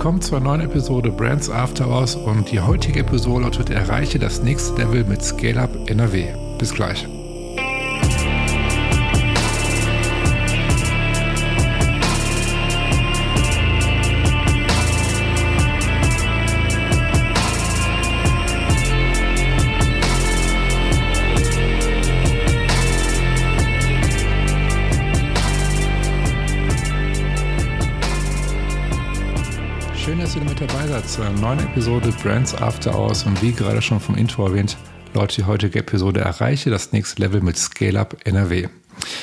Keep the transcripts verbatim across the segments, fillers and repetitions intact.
willkommen zur neuen Episode Brands After Hours und die heutige Episode lautet Erreiche das nächste Level mit Scale-Up N R W. Bis gleich. Schön, dass ihr mit dabei seid zur neuen Episode Brands After Hours und wie gerade schon vom Intro erwähnt, lautet die heutige Episode Erreiche das nächste Level mit Scale-Up N R W.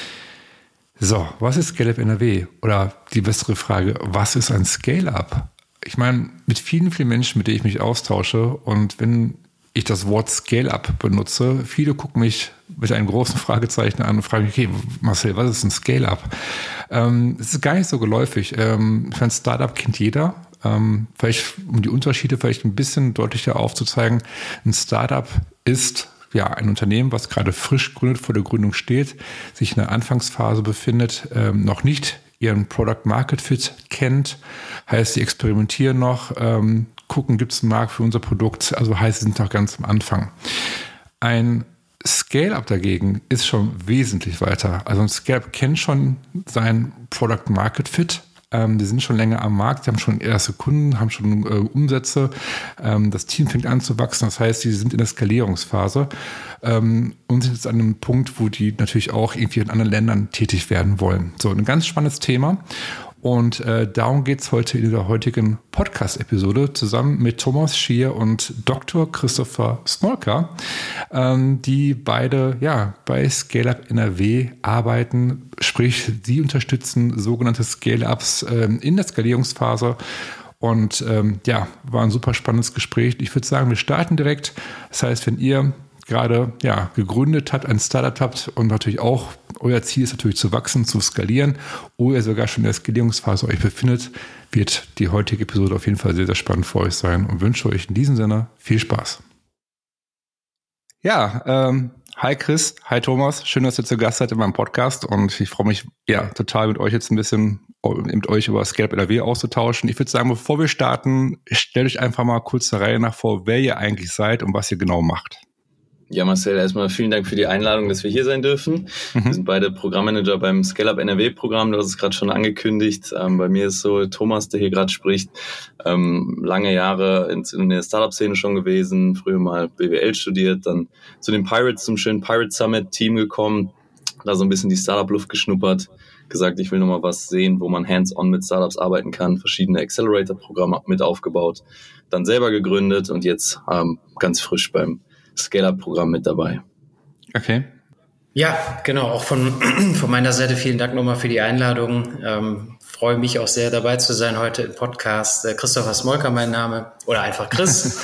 So, was ist Scale-Up N R W? Oder die bessere Frage, was ist ein Scale-Up? Ich meine, mit vielen, vielen Menschen, mit denen ich mich austausche und wenn ich das Wort Scale-Up benutze, viele gucken mich mit einem großen Fragezeichen an und fragen mich, okay, Marcel, was ist ein Scale-Up? Ähm, es ist gar nicht so geläufig. Ähm, für ein Startup kennt jeder. Ähm, vielleicht, um die Unterschiede vielleicht ein bisschen deutlicher aufzuzeigen, ein Startup ist ja ein Unternehmen, was gerade frisch gegründet vor der Gründung steht, sich in der Anfangsphase befindet, ähm, noch nicht ihren Product Market Fit kennt, heißt, sie experimentieren noch, ähm, gucken, gibt es einen Markt für unser Produkt, also heißt, sie sind noch ganz am Anfang. Ein Scale-Up dagegen ist schon wesentlich weiter. Also ein Scale-Up kennt schon seinen Product Market Fit. Ähm, die sind schon länger am Markt, die haben schon erste Kunden, haben schon äh, Umsätze. Ähm, das Team fängt an zu wachsen, das heißt, die sind in der Skalierungsphase ähm, und sind jetzt an einem Punkt, wo die natürlich auch irgendwie in anderen Ländern tätig werden wollen. So, ein ganz spannendes Thema. Und äh, darum geht es heute in der heutigen Podcast-Episode zusammen mit Thomas Schier und Doktor Christopher Smolka, ähm, die beide ja bei Scale-Up N R W arbeiten, sprich sie unterstützen sogenannte Scale-Ups ähm, in der Skalierungsphase. Und ähm, ja, war ein super spannendes Gespräch. Ich würde sagen, wir starten direkt. Das heißt, wenn ihr gerade ja, gegründet habt, ein Startup habt und natürlich auch euer Ziel ist natürlich zu wachsen, zu skalieren oder ihr sogar schon in der Skalierungsphase euch befindet, wird die heutige Episode auf jeden Fall sehr, sehr spannend für euch sein und wünsche euch in diesem Sinne viel Spaß. Ja, ähm, hi Chris, hi Thomas, schön, dass ihr zu Gast seid in meinem Podcast und ich freue mich ja total mit euch jetzt ein bisschen mit euch über Scale-Up N R W auszutauschen. Ich würde sagen, bevor wir starten, stellt euch einfach mal kurz der Reihe nach vor, wer ihr eigentlich seid und was ihr genau macht. Ja, Marcel, erstmal vielen Dank für die Einladung, dass wir hier sein dürfen. Mhm. Wir sind beide Programmmanager beim Scale-Up N R W-Programm. Du hast es gerade schon angekündigt. Ähm, bei mir ist so Thomas, der hier gerade spricht, ähm, lange Jahre in, in der Startup-Szene schon gewesen, früher mal B W L studiert, dann zu den Pirates, zum schönen Pirate Summit-Team gekommen, da so ein bisschen die Startup-Luft geschnuppert, gesagt, ich will nochmal was sehen, wo man hands-on mit Startups arbeiten kann, verschiedene Accelerator-Programme mit aufgebaut, dann selber gegründet und jetzt ähm, ganz frisch beim Scale-Up-Programm mit dabei. Okay. Ja, genau. Auch von, von meiner Seite vielen Dank nochmal für die Einladung. Ähm, freue mich auch sehr dabei zu sein heute im Podcast. Äh, Christopher Smolka, mein Name, oder einfach Chris.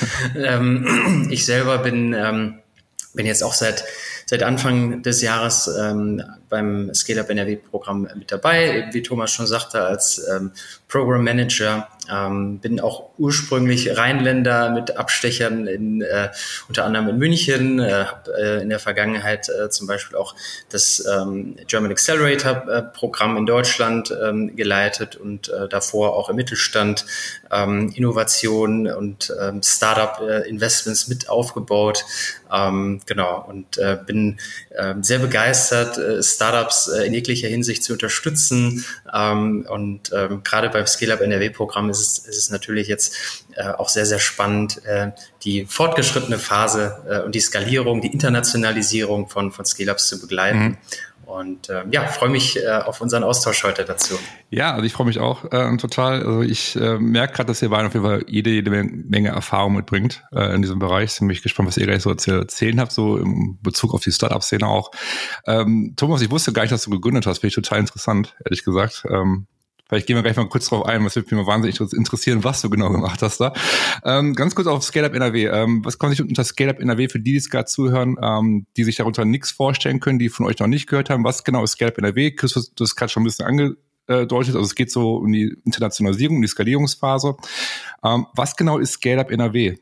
ähm, ich selber bin, ähm, bin jetzt auch seit, seit Anfang des Jahres ähm, beim Scale-Up N R W-Programm mit dabei, eben wie Thomas schon sagte, als ähm, Program Manager. Ähm, bin auch ursprünglich Rheinländer mit Abstechern in, äh, unter anderem in München, äh, habe äh, in der Vergangenheit äh, zum Beispiel auch das ähm, German Accelerator äh, Programm in Deutschland ähm, geleitet und äh, davor auch im Mittelstand ähm, Innovation und ähm, Startup äh, Investments mit aufgebaut. Ähm, genau, und äh, bin äh, sehr begeistert, äh, Startups äh, in jeglicher Hinsicht zu unterstützen. Ähm, und ähm, gerade beim Scale-Up N R W-Programm ist es, ist es natürlich jetzt äh, auch sehr, sehr spannend, äh, die fortgeschrittene Phase äh, und die Skalierung, die Internationalisierung von, von Scale-Ups zu begleiten. Mhm. Und äh, ja, freue mich äh, auf unseren Austausch heute dazu. Ja, also ich freue mich auch äh, total. Also ich äh, merke gerade, dass ihr beide auf jeden Fall jede, jede Menge Erfahrung mitbringt äh, in diesem Bereich. Ich bin mich gespannt, was ihr gleich so zu erzählen habt, so im Bezug auf die Startup-Szene auch. Ähm, Thomas, ich wusste gar nicht, dass du gegründet hast. Finde ich total interessant, ehrlich gesagt. Ähm, Vielleicht gehen wir gleich mal kurz drauf ein, was würde mich mal wahnsinnig interessieren, was du genau gemacht hast da. Ähm, ganz kurz auf Scale-Up N R W. Ähm, was kann man sich unter Scale-Up N R W für die, die es gerade zuhören, ähm, die sich darunter nichts vorstellen können, die von euch noch nicht gehört haben? Was genau ist Scale-Up N R W? Chris, du hast gerade schon ein bisschen angedeutet. Also es geht so um die Internationalisierung, um die Skalierungsphase. Ähm, was genau ist Scale-Up N R W?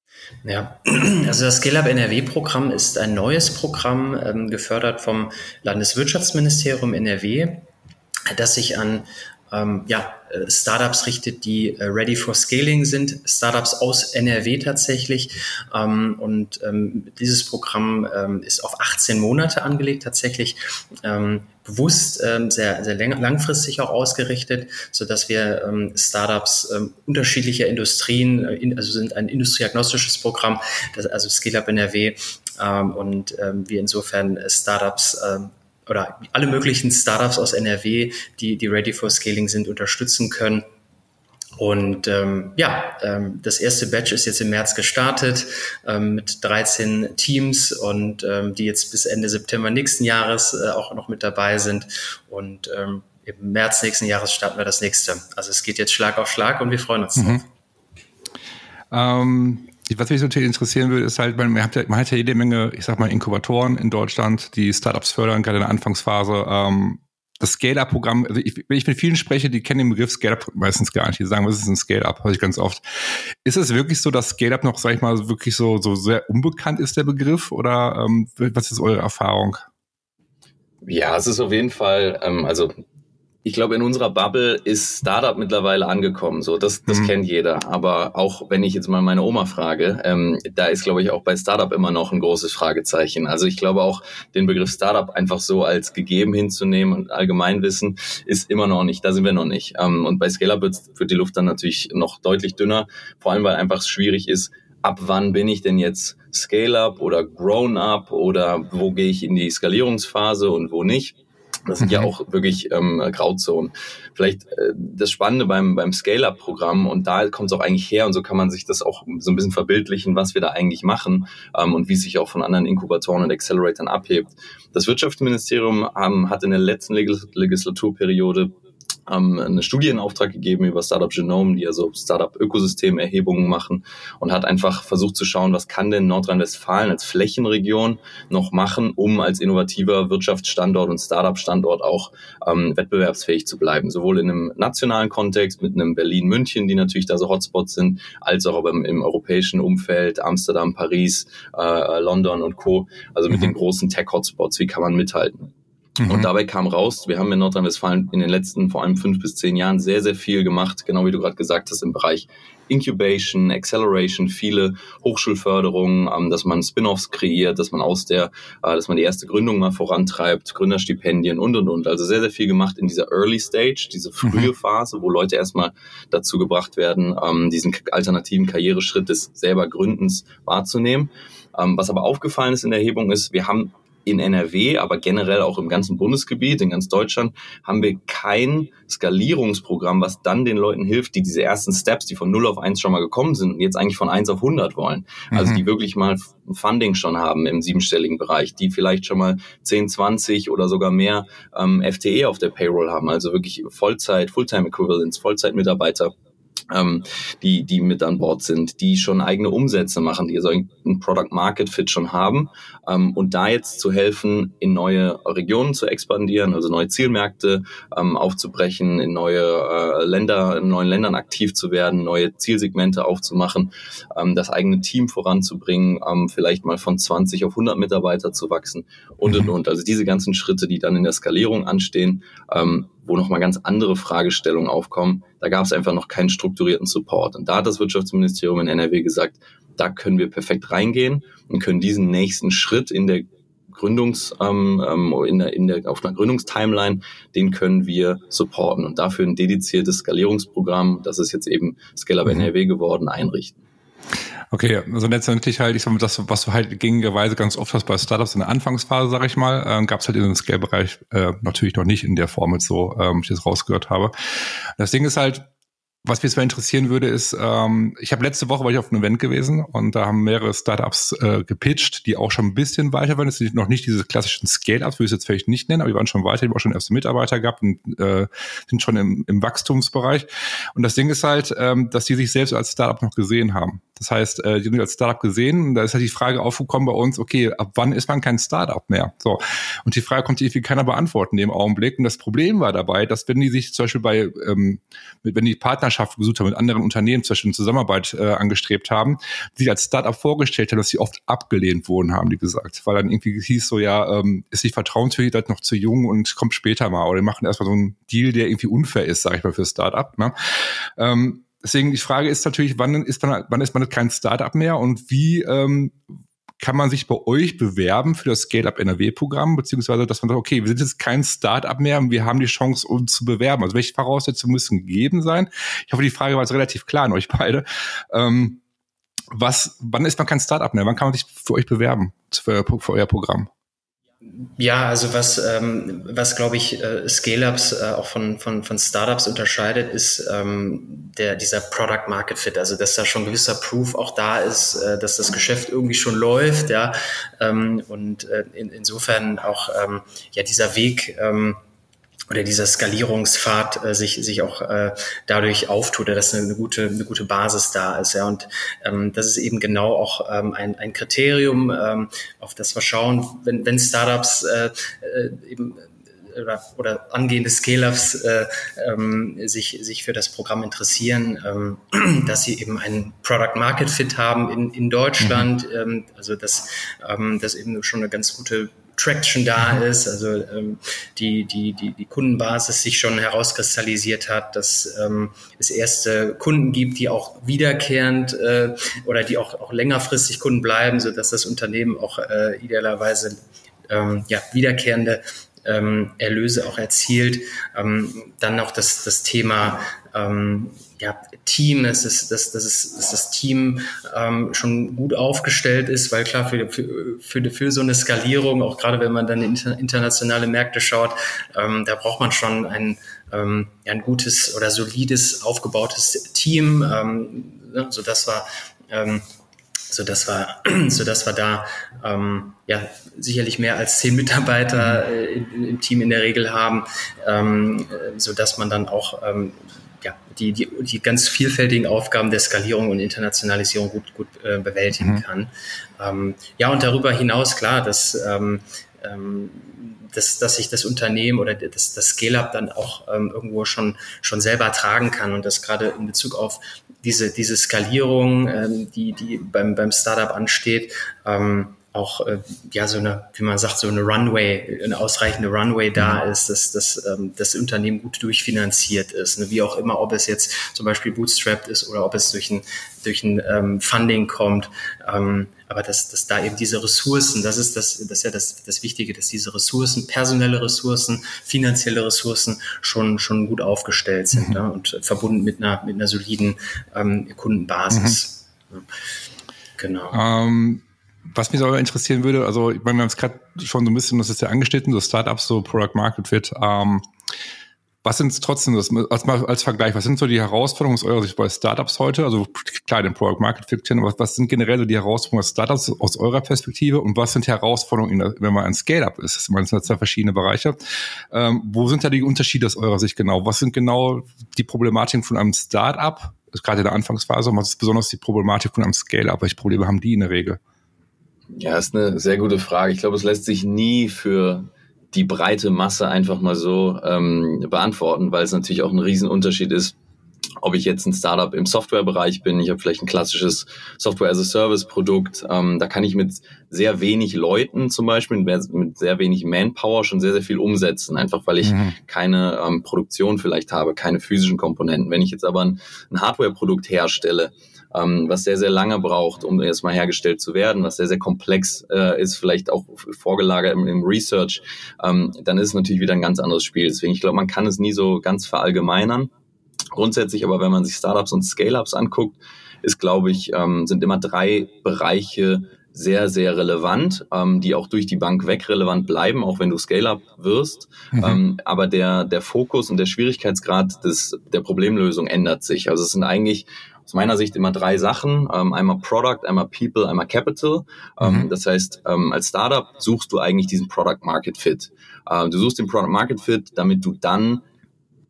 Ja, also das Scale-Up N R W-Programm ist ein neues Programm, ähm, gefördert vom Landeswirtschaftsministerium N R W, das sich an ähm, ja, Startups richtet, die äh, ready for scaling sind, Startups aus N R W tatsächlich. Ähm, und ähm, dieses Programm ähm, ist auf achtzehn Monate angelegt, tatsächlich ähm, bewusst ähm, sehr, sehr lang, langfristig auch ausgerichtet, sodass wir ähm, Startups ähm, unterschiedlicher Industrien, äh, in, also sind ein industrieagnostisches Programm, das, also Scale-Up N R W, ähm, und ähm, wir insofern Startups ähm, oder alle möglichen Startups aus N R W, die, die ready for scaling sind, unterstützen können. Und ähm, ja, ähm, das erste Batch ist jetzt im März gestartet ähm, mit dreizehn Teams und ähm, die jetzt bis Ende September nächsten Jahres äh, auch noch mit dabei sind. Und ähm, im März nächsten Jahres starten wir das nächste. Also es geht jetzt Schlag auf Schlag und wir freuen uns drauf. Mhm. Ähm Was mich natürlich interessieren würde, ist halt, man hat ja, man hat ja jede Menge, ich sag mal, Inkubatoren in Deutschland, die Startups fördern, gerade in der Anfangsphase. Ähm, das Scale-Up-Programm, also ich, wenn ich mit vielen spreche, die kennen den Begriff Scale-Up meistens gar nicht. Die sagen, was ist ein Scale-Up? Höre ich ganz oft. Ist es wirklich so, dass Scale-Up noch, sag ich mal, wirklich so, so sehr unbekannt ist, der Begriff? Oder ähm, was ist eure Erfahrung? Ja, es ist auf jeden Fall, ähm, also ich glaube, in unserer Bubble ist Startup mittlerweile angekommen. So, das, das mhm. kennt jeder. Aber auch wenn ich jetzt mal meine Oma frage, ähm, da ist, glaube ich, auch bei Startup immer noch ein großes Fragezeichen. Also ich glaube auch, den Begriff Startup einfach so als gegeben hinzunehmen und Allgemeinwissen ist immer noch nicht. Da sind wir noch nicht. Ähm, und bei Scale-Up wird, wird die Luft dann natürlich noch deutlich dünner. Vor allem, weil einfach schwierig ist, ab wann bin ich denn jetzt Scale-Up oder Grown-Up oder wo gehe ich in die Skalierungsphase und wo nicht. Das sind ja auch wirklich ähm, Grauzonen. Vielleicht äh, das Spannende beim beim Scale-Up-Programm, und da kommt es auch eigentlich her, und so kann man sich das auch so ein bisschen verbildlichen, was wir da eigentlich machen ähm, und wie es sich auch von anderen Inkubatoren und Acceleratoren abhebt. Das Wirtschaftsministerium ähm, hat in der letzten Legis- Legislaturperiode eine Studie in Auftrag gegeben über Startup Genome, die also Startup-Ökosystemerhebungen machen, und hat einfach versucht zu schauen, was kann denn Nordrhein-Westfalen als Flächenregion noch machen, um als innovativer Wirtschaftsstandort und Startup-Standort auch ähm, wettbewerbsfähig zu bleiben. Sowohl in einem nationalen Kontext mit einem Berlin-München, die natürlich da so Hotspots sind, als auch aber im, im europäischen Umfeld, Amsterdam, Paris, äh, London und Co., also mit mhm. den großen Tech-Hotspots, wie kann man mithalten? Und dabei kam raus, wir haben in Nordrhein-Westfalen in den letzten vor allem fünf bis zehn Jahren sehr, sehr viel gemacht, genau wie du gerade gesagt hast, im Bereich Incubation, Acceleration, viele Hochschulförderungen, dass man Spin-offs kreiert, dass man aus der, dass man die erste Gründung mal vorantreibt, Gründerstipendien und, und, und. Also sehr, sehr viel gemacht in dieser Early Stage, diese frühe Phase, wo Leute erstmal dazu gebracht werden, diesen alternativen Karriereschritt des selber Gründens wahrzunehmen. Was aber aufgefallen ist in der Erhebung ist, wir haben in N R W, aber generell auch im ganzen Bundesgebiet, in ganz Deutschland, haben wir kein Skalierungsprogramm, was dann den Leuten hilft, die diese ersten Steps, die von null auf eins schon mal gekommen sind und jetzt eigentlich von eins auf hundert wollen. Also die wirklich mal Funding schon haben im siebenstelligen Bereich, die vielleicht schon mal zehn, zwanzig oder sogar mehr ähm, F T E auf der Payroll haben, also wirklich Vollzeit, Fulltime-Equivalents, Vollzeitmitarbeiter. Ähm, die die mit an Bord sind, die schon eigene Umsätze machen, die so einen Product-Market-Fit schon haben, ähm, und da jetzt zu helfen, in neue Regionen zu expandieren, also neue Zielmärkte ähm, aufzubrechen, in neue äh, Länder, in neuen Ländern aktiv zu werden, neue Zielsegmente aufzumachen, ähm, das eigene Team voranzubringen, ähm, vielleicht mal von zwanzig auf hundert Mitarbeiter zu wachsen und und und. Also diese ganzen Schritte, die dann in der Skalierung anstehen, ähm, wo nochmal ganz andere Fragestellungen aufkommen, da gab es einfach noch keinen strukturierten Support. Und da hat das Wirtschaftsministerium in N R W gesagt, da können wir perfekt reingehen und können diesen nächsten Schritt in der Gründungs, ähm, in der, in der, auf einer Gründungstimeline, den können wir supporten und dafür ein dediziertes Skalierungsprogramm, das ist jetzt eben Scale-Up mhm. N R W geworden, einrichten. Okay, also letztendlich halt, ich sag mal, das, was du halt gängigerweise ganz oft hast bei Startups in der Anfangsphase, sag ich mal, ähm, gab es halt in dem Scale-Bereich äh, natürlich noch nicht in der Form jetzt so, ähm, ich das rausgehört habe. Das Ding ist halt, was mich zwar interessieren würde, ist, ähm, ich habe letzte Woche war ich auf einem Event gewesen und da haben mehrere Startups äh, gepitcht, die auch schon ein bisschen weiter waren. Das sind noch nicht diese klassischen Scale-Ups, würde ich es jetzt vielleicht nicht nennen, aber die waren schon weiter, die haben auch schon erste Mitarbeiter gehabt und äh, sind schon im, im Wachstumsbereich. Und das Ding ist halt, ähm, dass die sich selbst als Startup noch gesehen haben. Das heißt, äh, die sind als Startup gesehen und da ist halt die Frage aufgekommen bei uns, okay, ab wann ist man kein Startup mehr? So. Und die Frage konnte irgendwie keiner beantworten in dem Augenblick. Und das Problem war dabei, dass wenn die sich zum Beispiel bei, ähm, wenn die Partnerschaft gesucht haben mit anderen Unternehmen, zum Beispiel eine Zusammenarbeit äh, angestrebt haben, die sich als Startup vorgestellt haben, dass sie oft abgelehnt wurden, haben die gesagt. Weil dann irgendwie hieß so, ja, ähm, ist nicht vertrauenswürdig, seid noch zu jung und kommt später mal. Oder die machen erstmal so einen Deal, der irgendwie unfair ist, sage ich mal, für Startup. Ne? Ähm, deswegen die Frage ist natürlich, wann ist man, wann ist man kein Startup mehr und wie ähm, kann man sich bei euch bewerben für das Scale-Up N R W-Programm, beziehungsweise, dass man sagt, okay, wir sind jetzt kein Start-up mehr und wir haben die Chance, uns zu bewerben. Also welche Voraussetzungen müssen gegeben sein? Ich hoffe, die Frage war jetzt relativ klar an euch beide. Ähm, was, wann ist man kein Start-up mehr? Wann kann man sich für euch bewerben, für, für euer Programm? Ja, also was, ähm, was glaube ich, äh, Scale-Ups äh, auch von, von, von Startups unterscheidet, ist ähm, der, dieser Product Market Fit. Also, dass da schon gewisser Proof auch da ist, äh, dass das Geschäft irgendwie schon läuft, ja. Ähm, und äh, in, insofern auch ähm, ja dieser Weg, ähm, oder dieser Skalierungspfad äh, sich sich auch äh, dadurch auftut, dass eine, eine gute eine gute Basis da ist, ja, und ähm, das ist eben genau auch ähm, ein ein Kriterium, ähm, auf das wir schauen, wenn wenn Startups äh, äh, eben oder, oder angehende Scale-Ups äh, ähm, sich sich für das Programm interessieren, ähm, dass sie eben einen Product Market Fit haben in in Deutschland, mhm. ähm, also dass ähm, das eben schon eine ganz gute Traction da ist, also ähm, die, die, die, die Kundenbasis sich schon herauskristallisiert hat, dass ähm, es erste Kunden gibt, die auch wiederkehrend äh, oder die auch, auch längerfristig Kunden bleiben, sodass das Unternehmen auch äh, idealerweise ähm, ja, wiederkehrende ähm, Erlöse auch erzielt. Ähm, dann noch das, das Thema ähm, ja, Team, es ist, dass, dass, es, dass das Team ähm, schon gut aufgestellt ist, weil klar, für, für, für, für so eine Skalierung, auch gerade wenn man dann in internationale Märkte schaut, ähm, da braucht man schon ein, ähm, ja, ein gutes oder solides, aufgebautes Team, ähm, ne, sodass wir ähm, so dass wir, so dass wir da ähm, ja sicherlich mehr als zehn Mitarbeiter äh, in, im Team in der Regel haben, ähm, so dass man dann auch ähm, ja die, die die ganz vielfältigen Aufgaben der Skalierung und Internationalisierung gut gut äh, bewältigen mhm. kann. Ähm, ja, und darüber hinaus klar, dass ähm, ähm, dass, dass sich das Unternehmen oder das, das Scale-Up dann auch ähm, irgendwo schon schon selber tragen kann und das gerade in Bezug auf diese diese Skalierung, ähm, die die beim beim Startup ansteht, ähm, auch äh, ja so eine, wie man sagt, so eine Runway, eine ausreichende Runway da ist, dass, dass ähm, das Unternehmen gut durchfinanziert ist, ne? Wie auch immer, ob es jetzt zum Beispiel bootstrapped ist oder ob es durch ein durch ein ähm, Funding kommt, ähm, aber dass, dass da eben diese Ressourcen, das ist das, das ist ja das, das Wichtige, dass diese Ressourcen, personelle Ressourcen, finanzielle Ressourcen schon schon gut aufgestellt sind, mhm. ne? Und verbunden mit einer mit einer soliden ähm, Kundenbasis. Mhm. Ja. Genau. Um Was mich aber interessieren würde, also ich meine, wir haben es gerade schon so ein bisschen, das ist ja angeschnitten, so Startups, so Product Market Fit. Ähm, was sind trotzdem, das, als, als Vergleich, was sind so die Herausforderungen aus eurer Sicht bei Startups heute? Also klar, den Product Market Fit kennen, aber was sind generell so die Herausforderungen aus Startups aus eurer Perspektive und was sind die Herausforderungen, in der, wenn man ein Scale-Up ist? Das sind zwei verschiedene Bereiche. Ähm, wo sind da die Unterschiede aus eurer Sicht genau? Was sind genau die Problematiken von einem Startup, gerade in der Anfangsphase, und was ist besonders die Problematik von einem Scale-Up? Welche Probleme haben die in der Regel? Ja, ist eine sehr gute Frage. Ich glaube, es lässt sich nie für die breite Masse einfach mal so ähm, beantworten, weil es natürlich auch ein Riesenunterschied ist, ob ich jetzt ein Startup im Softwarebereich bin, ich habe vielleicht ein klassisches Software-as-a-Service-Produkt, ähm, da kann ich mit sehr wenig Leuten zum Beispiel, mit sehr wenig Manpower schon sehr, sehr viel umsetzen, einfach weil ich mhm. keine ähm, Produktion vielleicht habe, keine physischen Komponenten. Wenn ich jetzt aber ein, ein Hardware-Produkt herstelle, ähm, was sehr, sehr lange braucht, um erstmal hergestellt zu werden, was sehr, sehr komplex äh, ist, vielleicht auch vorgelagert im, im Research, ähm, dann ist es natürlich wieder ein ganz anderes Spiel. Deswegen, ich glaube, man kann es nie so ganz verallgemeinern. Grundsätzlich aber, wenn man sich Startups und Scale-Ups anguckt, ist, glaube ich, ähm, sind immer drei Bereiche sehr, sehr relevant, ähm, die auch durch die Bank weg relevant bleiben, auch wenn du Scale-Up wirst. Mhm. Ähm, aber der, der Fokus und der Schwierigkeitsgrad des, der Problemlösung ändert sich. Also es sind eigentlich aus meiner Sicht immer drei Sachen. Ähm, einmal Product, einmal People, einmal Capital. Ähm, mhm. Das heißt, ähm, als Startup suchst du eigentlich diesen Product Market Fit. Äh, du suchst den Product Market Fit, damit du dann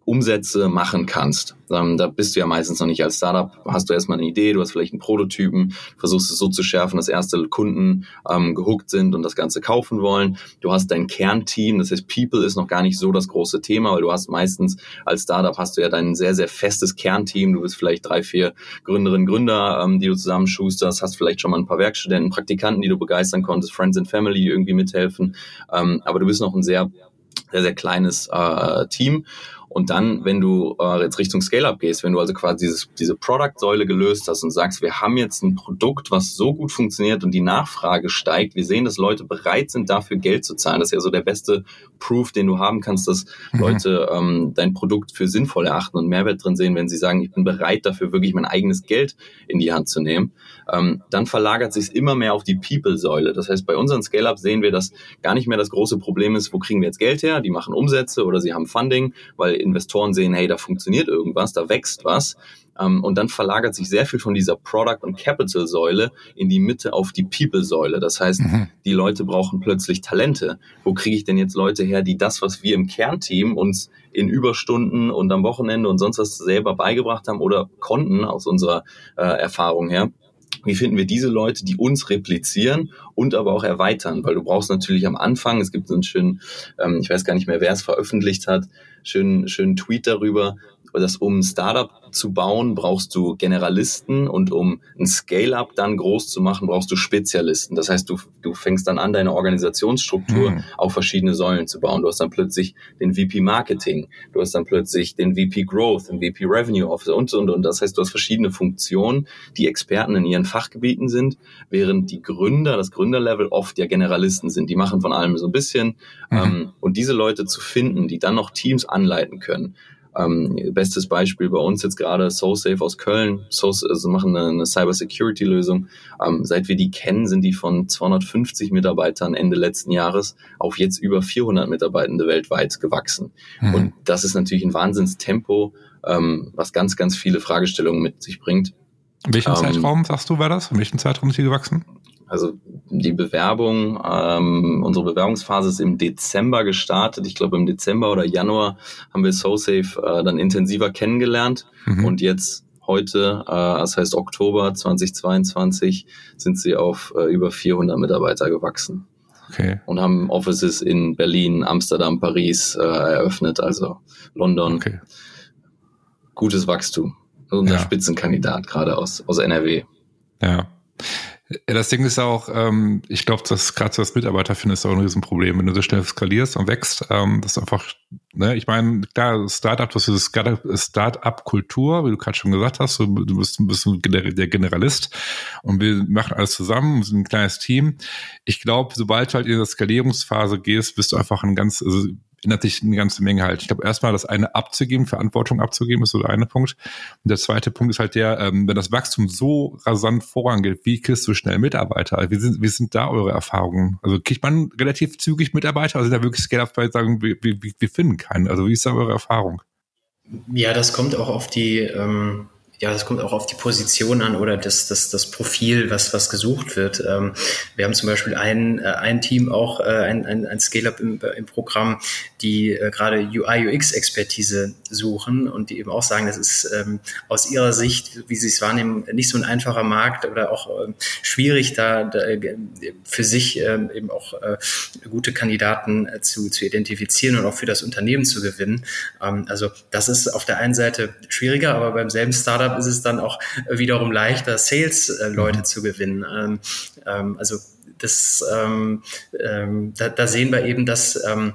Umsätze machen kannst. Ähm, da bist du ja meistens noch nicht als Startup, hast du erstmal eine Idee, du hast vielleicht einen Prototypen, versuchst es so zu schärfen, dass erste Kunden ähm, gehuckt sind und das Ganze kaufen wollen. Du hast dein Kernteam, das heißt People ist noch gar nicht so das große Thema, weil du hast meistens als Startup hast du ja dein sehr, sehr festes Kernteam. Du bist vielleicht drei, vier Gründerinnen, Gründer, ähm, die du zusammenschusterst, hast vielleicht schon mal ein paar Werkstudenten, Praktikanten, die du begeistern konntest, Friends and Family, die irgendwie mithelfen. Ähm, aber du bist noch ein sehr, sehr, sehr kleines äh, Team. Und dann, wenn du äh, jetzt Richtung Scale-Up gehst, wenn du also quasi dieses, diese Product-Säule gelöst hast und sagst, wir haben jetzt ein Produkt, was so gut funktioniert und die Nachfrage steigt, wir sehen, dass Leute bereit sind, dafür Geld zu zahlen. Das ist ja so der beste Proof, den du haben kannst, dass mhm. Leute ähm, dein Produkt für sinnvoll erachten und Mehrwert drin sehen, wenn sie sagen, ich bin bereit dafür, wirklich mein eigenes Geld in die Hand zu nehmen. Ähm, dann verlagert sich es immer mehr auf die People-Säule. Das heißt, bei unseren Scale-Ups sehen wir, dass gar nicht mehr das große Problem ist, wo kriegen wir jetzt Geld her? Die machen Umsätze oder sie haben Funding, weil Investoren sehen, hey, da funktioniert irgendwas, da wächst was. Um, und dann verlagert sich sehr viel von dieser Product- und Capital-Säule in die Mitte auf die People-Säule. Das heißt, mhm. die Leute brauchen plötzlich Talente. Wo kriege ich denn jetzt Leute her, die das, was wir im Kernteam uns in Überstunden und am Wochenende und sonst was selber beigebracht haben oder konnten aus unserer äh, Erfahrung her, wie finden wir diese Leute, die uns replizieren und aber auch erweitern? Weil du brauchst natürlich am Anfang, es gibt so einen schönen, ähm, ich weiß gar nicht mehr, wer es veröffentlicht hat, schönen, schönen Tweet darüber, dass um ein Startup zu bauen, brauchst du Generalisten und um ein Scale-Up dann groß zu machen, brauchst du Spezialisten. Das heißt, du, du fängst dann an, deine Organisationsstruktur mhm. auf verschiedene Säulen zu bauen. Du hast dann plötzlich den V P Marketing, du hast dann plötzlich den V P Growth, den V P Revenue Officer und so und und. Das heißt, du hast verschiedene Funktionen, die Experten in ihren Fachgebieten sind, während die Gründer, das Gründerlevel oft ja Generalisten sind. Die machen von allem so ein bisschen. Mhm. Ähm, und diese Leute zu finden, die dann noch Teams anleiten können. Ähm, bestes Beispiel bei uns jetzt gerade SoSafe aus Köln. So, also machen eine, eine Cyber-Security-Lösung. Ähm, seit wir die kennen, sind die von zweihundertfünfzig Mitarbeitern Ende letzten Jahres auf jetzt über vierhundert Mitarbeitende weltweit gewachsen. Mhm. Und das ist natürlich ein Wahnsinnstempo, ähm, was ganz, ganz viele Fragestellungen mit sich bringt. In welchem ähm, Zeitraum, sagst du, war das? In welchem Zeitraum ist die gewachsen? Also die Bewerbung, ähm, unsere Bewerbungsphase ist im Dezember gestartet. Ich glaube im Dezember oder Januar haben wir SoSafe äh, dann intensiver kennengelernt. Mhm. Und jetzt heute, äh, das heißt Oktober zweitausendzweiundzwanzig, sind sie auf äh, über vierhundert Mitarbeiter gewachsen. Okay. Und haben Offices in Berlin, Amsterdam, Paris äh, eröffnet, also London. Okay. Gutes Wachstum. Unser ja. Spitzenkandidat gerade aus, aus N R W. Ja. Ja, das Ding ist auch, ähm, ich glaube, dass gerade so das Mitarbeiterfinden ist auch ein Riesenproblem, wenn du so schnell skalierst und wächst, ähm, das ist einfach, ne, ich meine, klar, Startup, das ist Startup-Kultur, wie du gerade schon gesagt hast, du, du bist ein bisschen der Generalist und wir machen alles zusammen, wir sind ein kleines Team. Ich glaube, sobald du halt in der Skalierungsphase gehst, bist du einfach ein ganz, also ändert sich eine ganze Menge halt. Ich glaube, erstmal das eine abzugeben, Verantwortung abzugeben, ist so der eine Punkt. Und der zweite Punkt ist halt der, ähm, wenn das Wachstum so rasant vorangeht, wie kriegst du schnell Mitarbeiter? Wie sind, wie sind da eure Erfahrungen? Also kriegt man relativ zügig Mitarbeiter? Also sind da wirklich Scale-Ups, bei sagen, wir, wir, wir finden keinen. Also wie ist da eure Erfahrung? Ja, das kommt auch auf die, ähm Ja, das kommt auch auf die Position an oder das, das, das Profil, was, was gesucht wird. Ähm, wir haben zum Beispiel ein, äh, ein Team auch, äh, ein, ein, ein Scale-Up im, im Programm, die äh, gerade U I U X-Expertise suchen und die eben auch sagen, das ist ähm, aus ihrer Sicht, wie sie es wahrnehmen, nicht so ein einfacher Markt oder auch äh, schwierig, da, da für sich äh, eben auch äh, gute Kandidaten äh, zu, zu identifizieren und auch für das Unternehmen zu gewinnen. Ähm, also das ist auf der einen Seite schwieriger, aber beim selben Startup ist es dann auch wiederum leichter, Sales-Leute mhm. zu gewinnen. Ähm, ähm, also das, ähm, ähm, da, da sehen wir eben, dass ähm,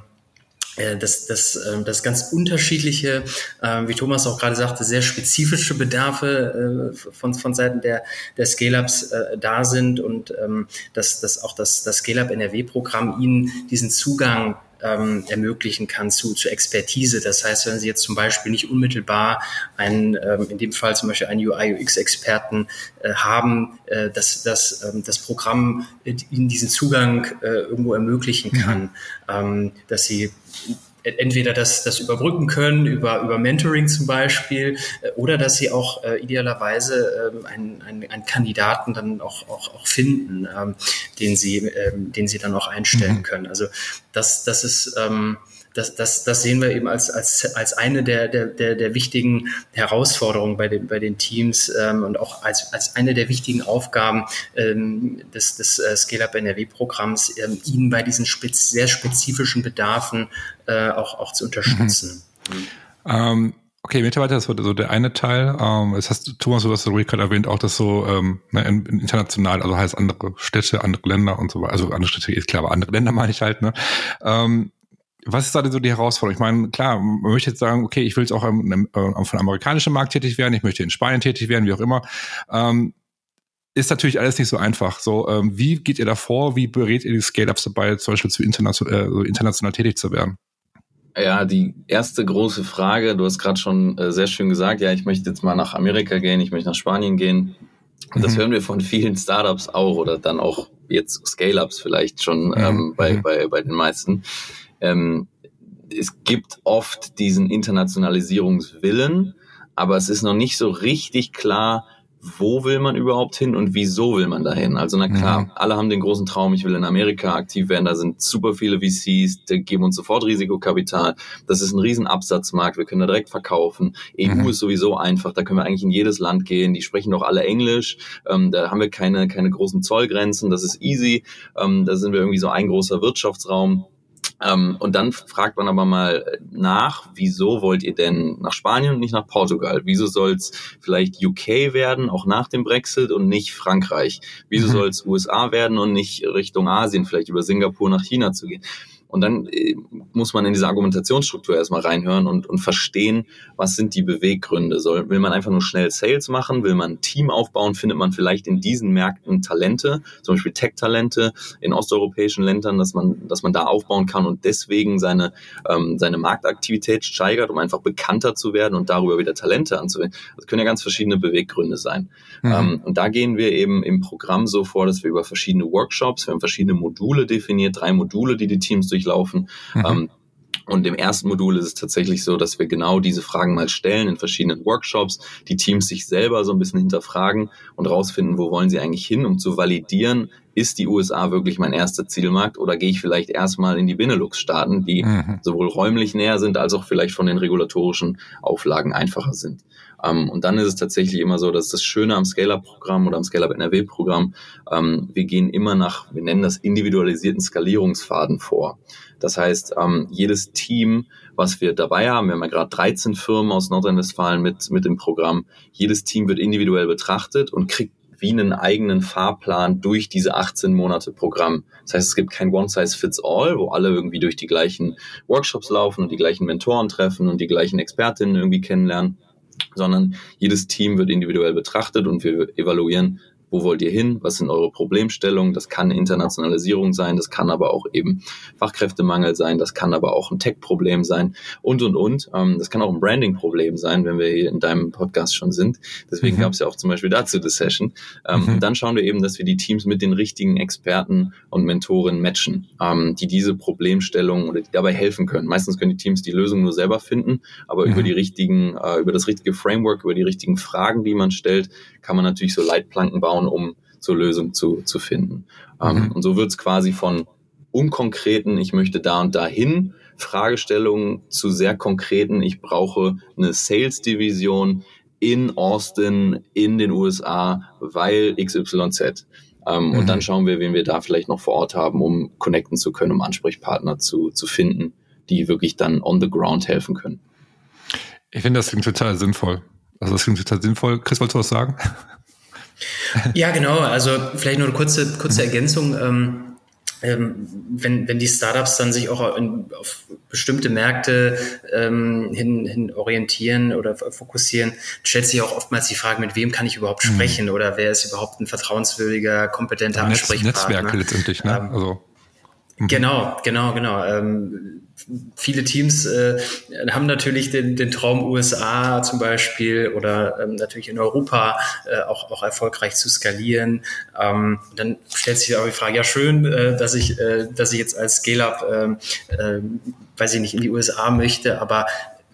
dass das, das ganz unterschiedliche, wie Thomas auch gerade sagte, sehr spezifische Bedarfe von, von Seiten der, der Scale-Ups da sind und dass, dass auch das, das Scale-Up N R W-Programm ihnen diesen Zugang ähm, ermöglichen kann zu, zu Expertise. Das heißt, wenn Sie jetzt zum Beispiel nicht unmittelbar einen, ähm, in dem Fall zum Beispiel einen U I U X-Experten äh, haben, äh, dass, dass ähm, das Programm äh, Ihnen diesen Zugang äh, irgendwo ermöglichen kann, mhm. ähm, dass Sie entweder das, das überbrücken können über, über Mentoring zum Beispiel äh, oder dass sie auch äh, idealerweise ähm, einen, einen, einen Kandidaten dann auch, auch, auch finden, ähm, den sie, ähm, den sie dann auch einstellen mhm. können. Also das, das ist, ähm, das, das, das sehen wir eben als, als, als eine der, der, der, der wichtigen Herausforderungen bei den, bei den Teams ähm, und auch als, als eine der wichtigen Aufgaben ähm, des, des äh, Scale-Up N R W-Programms, ähm, ihnen bei diesen spez- sehr spezifischen Bedarfen äh, auch, auch zu unterstützen. Mhm. Ähm, okay, Mitarbeiter, das war so der eine Teil. Ähm, das hast du, Thomas, du hast gerade erwähnt, auch das so ähm, ne, international, also heißt andere Städte, andere Länder und so weiter. Also andere Städte ist klar, aber andere Länder meine ich halt. Ne? Ähm, Was ist da denn so die Herausforderung? Ich meine, klar, man möchte jetzt sagen, okay, ich will jetzt auch am, am, von amerikanischen Markt tätig werden, ich möchte in Spanien tätig werden, wie auch immer. Ähm, ist natürlich alles nicht so einfach. So, ähm, wie geht ihr da vor? Wie berät ihr die Scale-Ups dabei, zum Beispiel zu international, äh, so international tätig zu werden? Ja, die erste große Frage, du hast gerade schon äh, sehr schön gesagt, ja, ich möchte jetzt mal nach Amerika gehen, ich möchte nach Spanien gehen. Und das mhm. hören wir von vielen Startups auch oder dann auch jetzt Scale-Ups vielleicht schon mhm. ähm, bei, mhm. bei, bei den meisten. Ähm, es gibt oft diesen Internationalisierungswillen, aber es ist noch nicht so richtig klar, wo will man überhaupt hin und wieso will man dahin? Also na klar, mhm. alle haben den großen Traum, ich will in Amerika aktiv werden, da sind super viele V Cs, die geben uns sofort Risikokapital, das ist ein riesen Absatzmarkt, wir können da direkt verkaufen, E U mhm. ist sowieso einfach, da können wir eigentlich in jedes Land gehen, die sprechen doch alle Englisch, ähm, da haben wir keine, keine großen Zollgrenzen, das ist easy, ähm, da sind wir irgendwie so ein großer Wirtschaftsraum. Ähm, und dann fragt man aber mal nach, wieso wollt ihr denn nach Spanien und nicht nach Portugal? Wieso soll es vielleicht U K werden, auch nach dem Brexit und nicht Frankreich? Wieso mhm. soll es U S A werden und nicht Richtung Asien, vielleicht über Singapur nach China zu gehen? Und dann äh, muss man in diese Argumentationsstruktur erstmal reinhören und, und verstehen, was sind die Beweggründe. Soll, will man einfach nur schnell Sales machen? Will man ein Team aufbauen? Findet man vielleicht in diesen Märkten Talente, zum Beispiel Tech-Talente in osteuropäischen Ländern, dass man, dass man da aufbauen kann und deswegen seine, ähm, seine Marktaktivität steigert, um einfach bekannter zu werden und darüber wieder Talente anzuwenden. Das können ja ganz verschiedene Beweggründe sein. Mhm. Ähm, und da gehen wir eben im Programm so vor, dass wir über verschiedene Workshops, wir haben verschiedene Module definiert, drei Module, die die Teams durchlaufen. Mhm. Ähm, und im ersten Modul ist es tatsächlich so, dass wir genau diese Fragen mal stellen in verschiedenen Workshops, die Teams sich selber so ein bisschen hinterfragen und rausfinden, wo wollen sie eigentlich hin, um zu validieren, ist die U S A wirklich mein erster Zielmarkt oder gehe ich vielleicht erstmal in die Benelux-Staaten, die mhm. sowohl räumlich näher sind, als auch vielleicht von den regulatorischen Auflagen einfacher sind. Um, und dann ist es tatsächlich immer so, dass das Schöne am Scale-Up-Programm oder am Scale-Up N R W-Programm, um, wir gehen immer nach, wir nennen das individualisierten Skalierungsfaden vor. Das heißt, um, jedes Team, was wir dabei haben, wir haben ja gerade dreizehn Firmen aus Nordrhein-Westfalen mit, mit dem Programm, jedes Team wird individuell betrachtet und kriegt wie einen eigenen Fahrplan durch diese achtzehn Monate Programm. Das heißt, es gibt kein One-Size-Fits-All, wo alle irgendwie durch die gleichen Workshops laufen und die gleichen Mentoren treffen und die gleichen Expertinnen irgendwie kennenlernen, sondern jedes Team wird individuell betrachtet und wir evaluieren, wo wollt ihr hin, was sind eure Problemstellungen, das kann Internationalisierung sein, das kann aber auch eben Fachkräftemangel sein, das kann aber auch ein Tech-Problem sein und, und, und. Das kann auch ein Branding-Problem sein, wenn wir hier in deinem Podcast schon sind. Deswegen mhm. gab es ja auch zum Beispiel dazu die Session. Mhm. Und dann schauen wir eben, dass wir die Teams mit den richtigen Experten und Mentoren matchen, die diese Problemstellungen oder die dabei helfen können. Meistens können die Teams die Lösung nur selber finden, aber mhm. über die richtigen, über das richtige Framework, über die richtigen Fragen, die man stellt, kann man natürlich so Leitplanken bauen, um zur Lösung zu, zu finden. Mhm. Um, und so wird es quasi von unkonkreten, ich möchte da und dahin, Fragestellungen zu sehr konkreten, ich brauche eine Sales-Division in Austin, in den U S A, weil X Y Z. Um, mhm. Und dann schauen wir, wen wir da vielleicht noch vor Ort haben, um connecten zu können, um Ansprechpartner zu, zu finden, die wirklich dann on the ground helfen können. Ich finde, das klingt total sinnvoll. Also das klingt total sinnvoll. Chris, wolltest du was sagen? Ja, genau. Also vielleicht nur eine kurze, kurze Ergänzung. Ähm, ähm, wenn, wenn die Startups dann sich auch in, auf bestimmte Märkte ähm, hin, hin orientieren oder fokussieren, stellt sich auch oftmals die Frage, mit wem kann ich überhaupt sprechen mhm. oder wer ist überhaupt ein vertrauenswürdiger, kompetenter ja, Ansprechpartner. Netzwerke letztendlich, ne? Ähm, also Mhm. Genau, genau, genau. Ähm, viele Teams äh, haben natürlich den, den Traum U S A zum Beispiel oder ähm, natürlich in Europa äh, auch, auch erfolgreich zu skalieren. Ähm, dann stellt sich auch die Frage, ja schön, äh, dass ich, äh, dass ich jetzt als Scale-Up, äh, äh, weiß ich nicht, in die U S A möchte, aber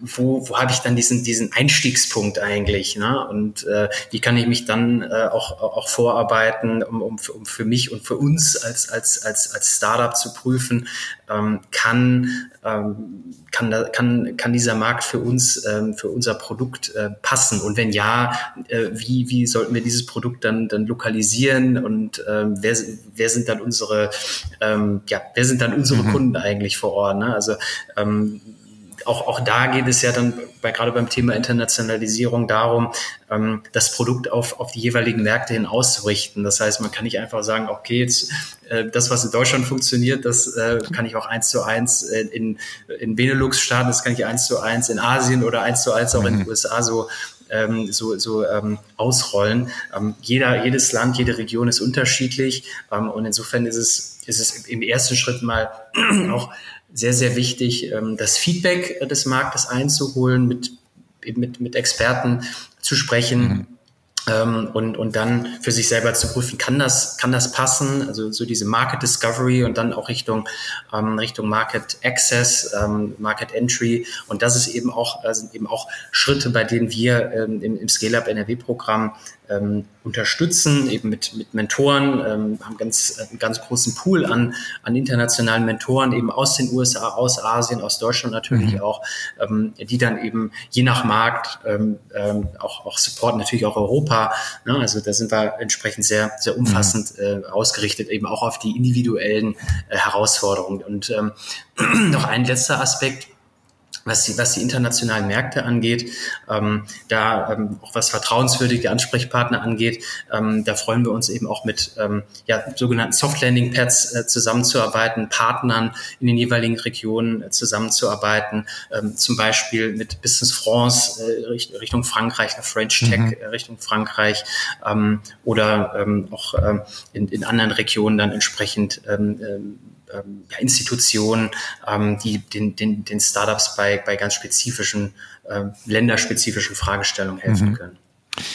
wo, wo habe ich dann diesen, diesen Einstiegspunkt eigentlich, ne? Und äh, wie kann ich mich dann äh, auch, auch vorarbeiten, um, um, um für mich und für uns als, als, als, als Startup zu prüfen, ähm, kann, ähm, kann, da, kann, kann dieser Markt für uns, ähm, für unser Produkt äh, passen? Und wenn ja, äh, wie, wie sollten wir dieses Produkt dann, dann lokalisieren und ähm, wer, wer sind dann unsere, ähm, ja, wer sind dann unsere mhm. Kunden eigentlich vor Ort, ne? Also, ähm, Auch, auch da geht es ja dann bei, gerade beim Thema Internationalisierung darum, ähm, das Produkt auf, auf die jeweiligen Märkte hin auszurichten. Das heißt, man kann nicht einfach sagen, okay, jetzt äh, das, was in Deutschland funktioniert, das äh, kann ich auch eins zu eins äh, in, in Benelux-Staaten, das kann ich eins zu eins in Asien oder eins zu eins auch mhm. in den U S A so ähm, so, so ähm, ausrollen. Ähm, jeder, jedes Land, jede Region ist unterschiedlich ähm, und insofern ist es, ist es im ersten Schritt mal auch sehr, sehr wichtig, das Feedback des Marktes einzuholen, mit, mit, mit Experten zu sprechen mhm. ähm, und, und dann für sich selber zu prüfen, kann das, kann das passen? Also so diese Market Discovery und dann auch Richtung, ähm, Richtung Market Access, ähm, Market Entry. Und das ist eben auch, äh, sind eben auch Schritte, bei denen wir ähm, im, im Scale-Up N R W-Programm Ähm, unterstützen, eben mit, mit Mentoren, ähm, haben ganz, einen ganz großen Pool an, an internationalen Mentoren, eben aus den U S A, aus Asien, aus Deutschland natürlich mhm. auch, ähm, die dann eben je nach Markt ähm, ähm, auch, auch supporten, natürlich auch Europa. Ne? Also da sind wir entsprechend sehr, sehr umfassend mhm. äh, ausgerichtet, eben auch auf die individuellen äh, Herausforderungen. Und ähm, noch ein letzter Aspekt, was die, was die internationalen Märkte angeht, ähm, da ähm, auch was vertrauenswürdige Ansprechpartner angeht, ähm, da freuen wir uns eben auch mit ähm, ja, sogenannten Soft-Landing-Pads äh, zusammenzuarbeiten, Partnern in den jeweiligen Regionen äh, zusammenzuarbeiten, ähm, zum Beispiel mit Business France äh, Richtung Frankreich, nach French Tech mhm. äh, Richtung Frankreich ähm, oder ähm, auch ähm, in, in anderen Regionen dann entsprechend ähm, ähm, Ja, Institutionen, ähm, die den, den, den Startups bei, bei ganz spezifischen, äh, länderspezifischen Fragestellungen helfen mhm. können.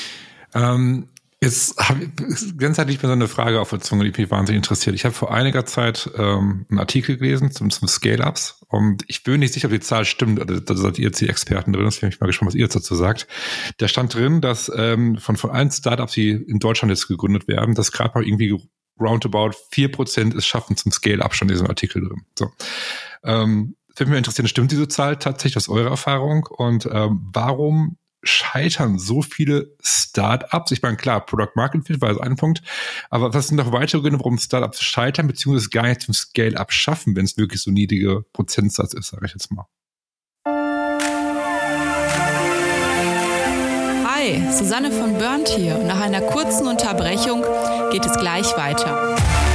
Ähm, jetzt habe ich ganzheitlich mir so eine Frage auf der Zunge, die mich wahnsinnig interessiert. Ich habe vor einiger Zeit ähm, einen Artikel gelesen zum, zum Scale-Ups und ich bin nicht sicher, ob die Zahl stimmt. Also, da seid ihr jetzt die Experten drin, das bin ich mal gespannt, was ihr dazu sagt. Da stand drin, dass ähm, von, von allen Startups, die in Deutschland jetzt gegründet werden, dass gerade mal irgendwie roundabout vier Prozent es schaffen zum Scale-Up, schon in diesem Artikel drin. So. Ähm, würde mich interessieren, stimmt diese Zahl tatsächlich aus eurer Erfahrung? Und ähm, warum scheitern so viele Startups? Ich meine, klar, Product Market Fit war das ein Punkt, aber was sind noch weitere Gründe, warum Startups scheitern, beziehungsweise gar nicht zum Scale-Up schaffen, wenn es wirklich so niedriger Prozentsatz ist, sage ich jetzt mal. Hi, Susanne von Burnt hier und nach einer kurzen Unterbrechung geht es gleich weiter.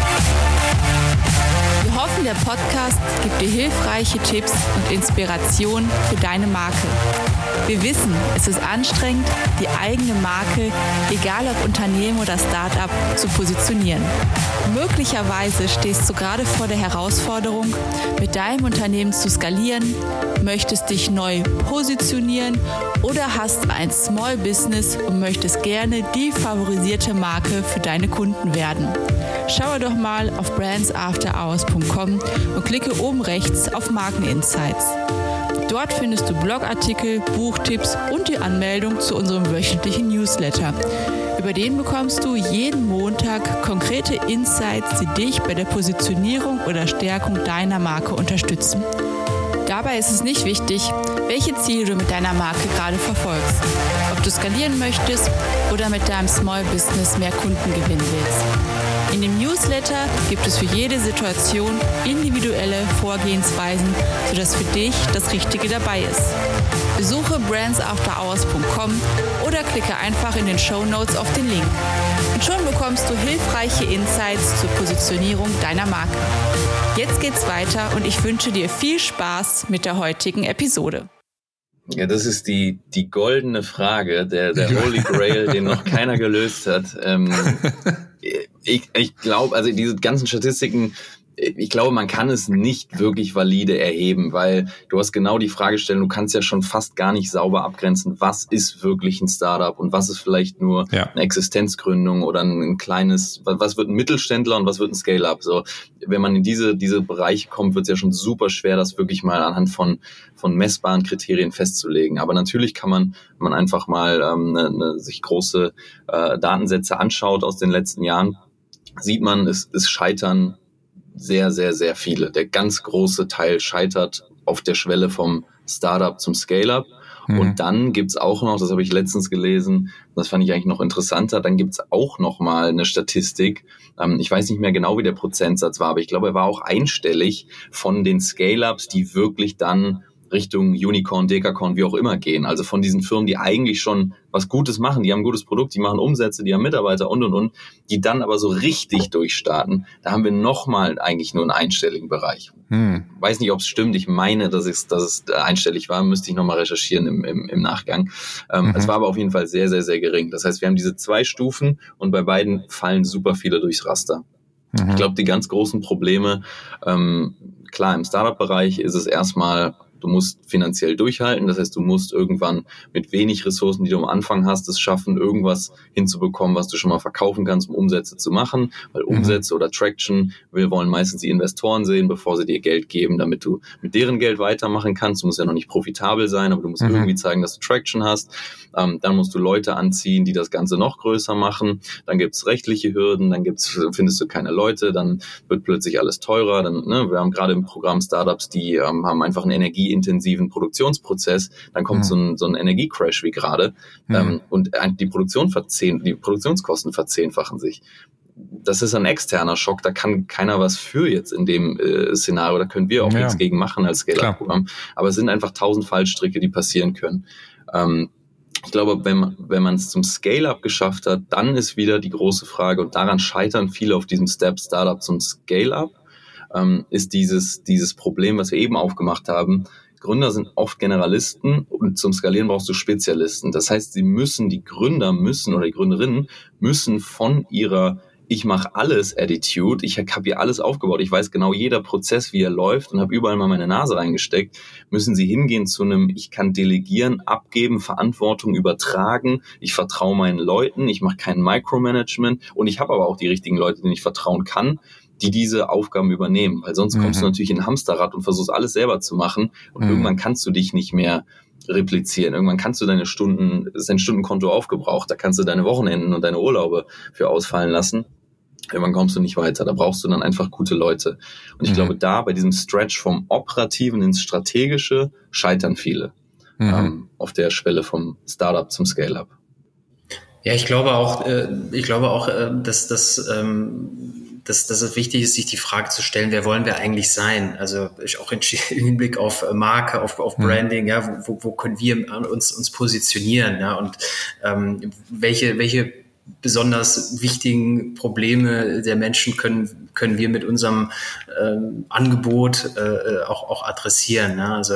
Wir hoffen, der Podcast gibt dir hilfreiche Tipps und Inspiration für deine Marke. Wir wissen, es ist anstrengend, die eigene Marke, egal ob Unternehmen oder Start-up, zu positionieren. Möglicherweise stehst du gerade vor der Herausforderung, mit deinem Unternehmen zu skalieren, möchtest dich neu positionieren oder hast ein Small Business und möchtest gerne die favorisierte Marke für deine Kunden werden. Schaue doch mal auf brands after hours punkt com und klicke oben rechts auf Markeninsights. Dort findest du Blogartikel, Buchtipps und die Anmeldung zu unserem wöchentlichen Newsletter. Über den bekommst du jeden Montag konkrete Insights, die dich bei der Positionierung oder Stärkung deiner Marke unterstützen. Dabei ist es nicht wichtig, welche Ziele du mit deiner Marke gerade verfolgst. Ob du skalieren möchtest oder mit deinem Small Business mehr Kunden gewinnen willst. In dem Newsletter gibt es für jede Situation individuelle Vorgehensweisen, sodass für dich das Richtige dabei ist. Besuche brands after hours punkt com oder klicke einfach in den Shownotes auf den Link. Und schon bekommst du hilfreiche Insights zur Positionierung deiner Marke. Jetzt geht's weiter und ich wünsche dir viel Spaß mit der heutigen Episode. Ja, das ist die, die goldene Frage, der, der Holy Grail, den noch keiner gelöst hat. Ähm, ich ich glaube, also diese ganzen Statistiken ich glaube, man kann es nicht wirklich valide erheben, weil du hast genau die Fragestellung, du kannst ja schon fast gar nicht sauber abgrenzen, was ist wirklich ein Startup und was ist vielleicht nur ja. eine Existenzgründung oder ein, ein kleines, was wird ein Mittelständler und was wird ein Scale-Up. So, wenn man in diese diese Bereiche kommt, wird es ja schon super schwer, das wirklich mal anhand von von messbaren Kriterien festzulegen. Aber natürlich kann man, wenn man einfach mal ähm, ne, ne, sich große äh, Datensätze anschaut aus den letzten Jahren, sieht man, es, es scheitern sehr, sehr, sehr viele. Der ganz große Teil scheitert auf der Schwelle vom Startup zum Scale-Up. Mhm. Und dann gibt's auch noch, das habe ich letztens gelesen, das fand ich eigentlich noch interessanter, dann gibt's auch noch mal eine Statistik, ähm, ich weiß nicht mehr genau, wie der Prozentsatz war, aber ich glaube, er war auch einstellig von den Scale-Ups, die wirklich dann Richtung Unicorn, Dekacorn, wie auch immer gehen. Also von diesen Firmen, die eigentlich schon was Gutes machen, die haben ein gutes Produkt, die machen Umsätze, die haben Mitarbeiter und, und, und, die dann aber so richtig durchstarten. Da haben wir nochmal eigentlich nur einen einstelligen Bereich. Hm. Weiß nicht, ob es stimmt. Ich meine, dass es, dass es einstellig war. Müsste ich nochmal recherchieren im, im, im Nachgang. Ähm, mhm. Es war aber auf jeden Fall sehr, sehr, sehr gering. Das heißt, wir haben diese zwei Stufen und bei beiden fallen super viele durchs Raster. Mhm. Ich glaube, die ganz großen Probleme, ähm, klar, im Startup-Bereich ist es erstmal, du musst finanziell durchhalten, das heißt, du musst irgendwann mit wenig Ressourcen, die du am Anfang hast, es schaffen, irgendwas hinzubekommen, was du schon mal verkaufen kannst, um Umsätze zu machen, weil Umsätze mhm. oder Traction, wir wollen meistens die Investoren sehen, bevor sie dir Geld geben, damit du mit deren Geld weitermachen kannst. Du musst ja noch nicht profitabel sein, aber du musst mhm. irgendwie zeigen, dass du Traction hast. Ähm, dann musst du Leute anziehen, die das Ganze noch größer machen. Dann gibt's rechtliche Hürden, dann gibt's, findest du keine Leute, dann wird plötzlich alles teurer. Dann, ne, wir haben gerade im Programm Startups, die ähm, haben einfach eine Energie intensiven Produktionsprozess, dann kommt mhm. so ein, so ein Energiecrash wie gerade mhm. ähm, und die Produktion verzehn, die Produktionskosten verzehnfachen sich. Das ist ein externer Schock, da kann keiner was für jetzt in dem äh, Szenario, da können wir auch ja. nichts gegen machen als Scale-Up-Programm, aber es sind einfach tausend Fallstricke, die passieren können. Ähm, ich glaube, wenn man wenn man es zum Scale-Up geschafft hat, dann ist wieder die große Frage, und daran scheitern viele auf diesem Step Startup zum Scale-Up, ähm, ist dieses dieses Problem, was wir eben aufgemacht haben. Gründer sind oft Generalisten und zum Skalieren brauchst du Spezialisten. Das heißt, sie müssen, die Gründer müssen oder die Gründerinnen müssen von ihrer Ich mache alles Attitude, ich habe hier alles aufgebaut, ich weiß genau jeder Prozess, wie er läuft und habe überall mal meine Nase reingesteckt, müssen sie hingehen zu einem, ich kann delegieren, abgeben, Verantwortung übertragen, ich vertraue meinen Leuten, ich mache kein Micromanagement und ich habe aber auch die richtigen Leute, denen ich vertrauen kann, die diese Aufgaben übernehmen, weil sonst mhm. kommst du natürlich in ein Hamsterrad und versuchst alles selber zu machen und mhm. irgendwann kannst du dich nicht mehr replizieren. Irgendwann kannst du deine Stunden, ist dein Stundenkonto aufgebraucht, da kannst du deine Wochenenden und deine Urlaube für ausfallen lassen. Irgendwann kommst du nicht weiter, da brauchst du dann einfach gute Leute. Und ich mhm. glaube, da bei diesem Stretch vom Operativen ins Strategische scheitern viele mhm. ähm, auf der Schwelle vom Startup zum Scale-Up. Ja, ich glaube auch, äh, ich glaube auch, äh, dass das ähm, Dass, dass es wichtig ist, sich die Frage zu stellen, wer wollen wir eigentlich sein? Also auch im Hinblick auf Marke, auf, auf Branding, ja, wo, wo können wir uns, uns positionieren, ja, und ähm, welche, welche besonders wichtigen Probleme der Menschen können, können wir mit unserem ähm, Angebot äh, auch, auch adressieren, ja? Also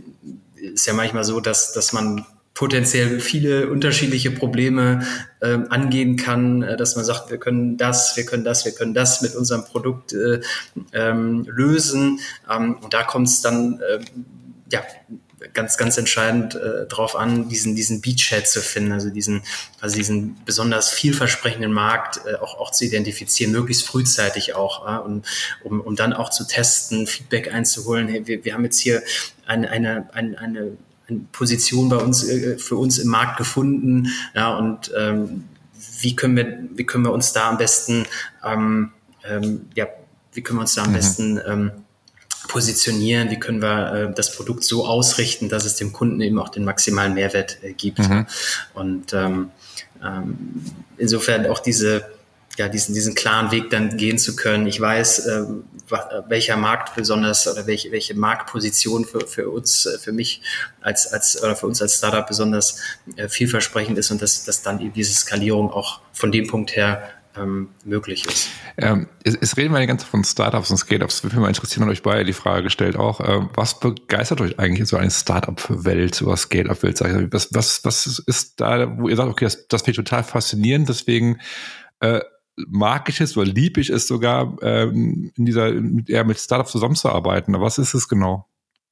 ist ja manchmal so, dass, dass man potenziell viele unterschiedliche Probleme äh, angehen kann, äh, dass man sagt, wir können das, wir können das, wir können das mit unserem Produkt äh, ähm, lösen. Ähm, und da kommt es dann äh, ja ganz, ganz entscheidend äh, drauf an, diesen diesen Beachhead zu finden, also diesen also diesen besonders vielversprechenden Markt äh, auch auch zu identifizieren, möglichst frühzeitig auch, äh, und um um dann auch zu testen, Feedback einzuholen. Hey, wir wir haben jetzt hier eine eine eine, eine Position bei uns, für uns im Markt gefunden, ja, und ähm, wie können wir, wie können wir uns da am besten, ähm, ähm, ja, wie können wir uns da am mhm. besten ähm, positionieren, wie können wir äh, das Produkt so ausrichten, dass es dem Kunden eben auch den maximalen Mehrwert äh, gibt. Mhm. Und ähm, ähm, insofern auch diese ja, diesen, diesen klaren Weg dann gehen zu können. Ich weiß, äh, welcher Markt besonders oder welche, welche Marktposition für, für uns, für mich als, als, oder für uns als Startup besonders äh, vielversprechend ist und dass, dass dann eben diese Skalierung auch von dem Punkt her ähm, möglich ist. Ähm, es, es reden wir die ganze Zeit von Startups und Scale-Ups. Würde mich mal interessieren, euch beide die Frage gestellt auch, äh, was begeistert euch eigentlich in so eine Startup-Welt oder Scale-Up-Welt? Was, was, was ist da, wo ihr sagt, okay, das, das finde ich total faszinierend, deswegen äh, mag ich es oder lieb ich es sogar, ähm, in dieser, eher mit Startups zusammenzuarbeiten. Was ist es genau?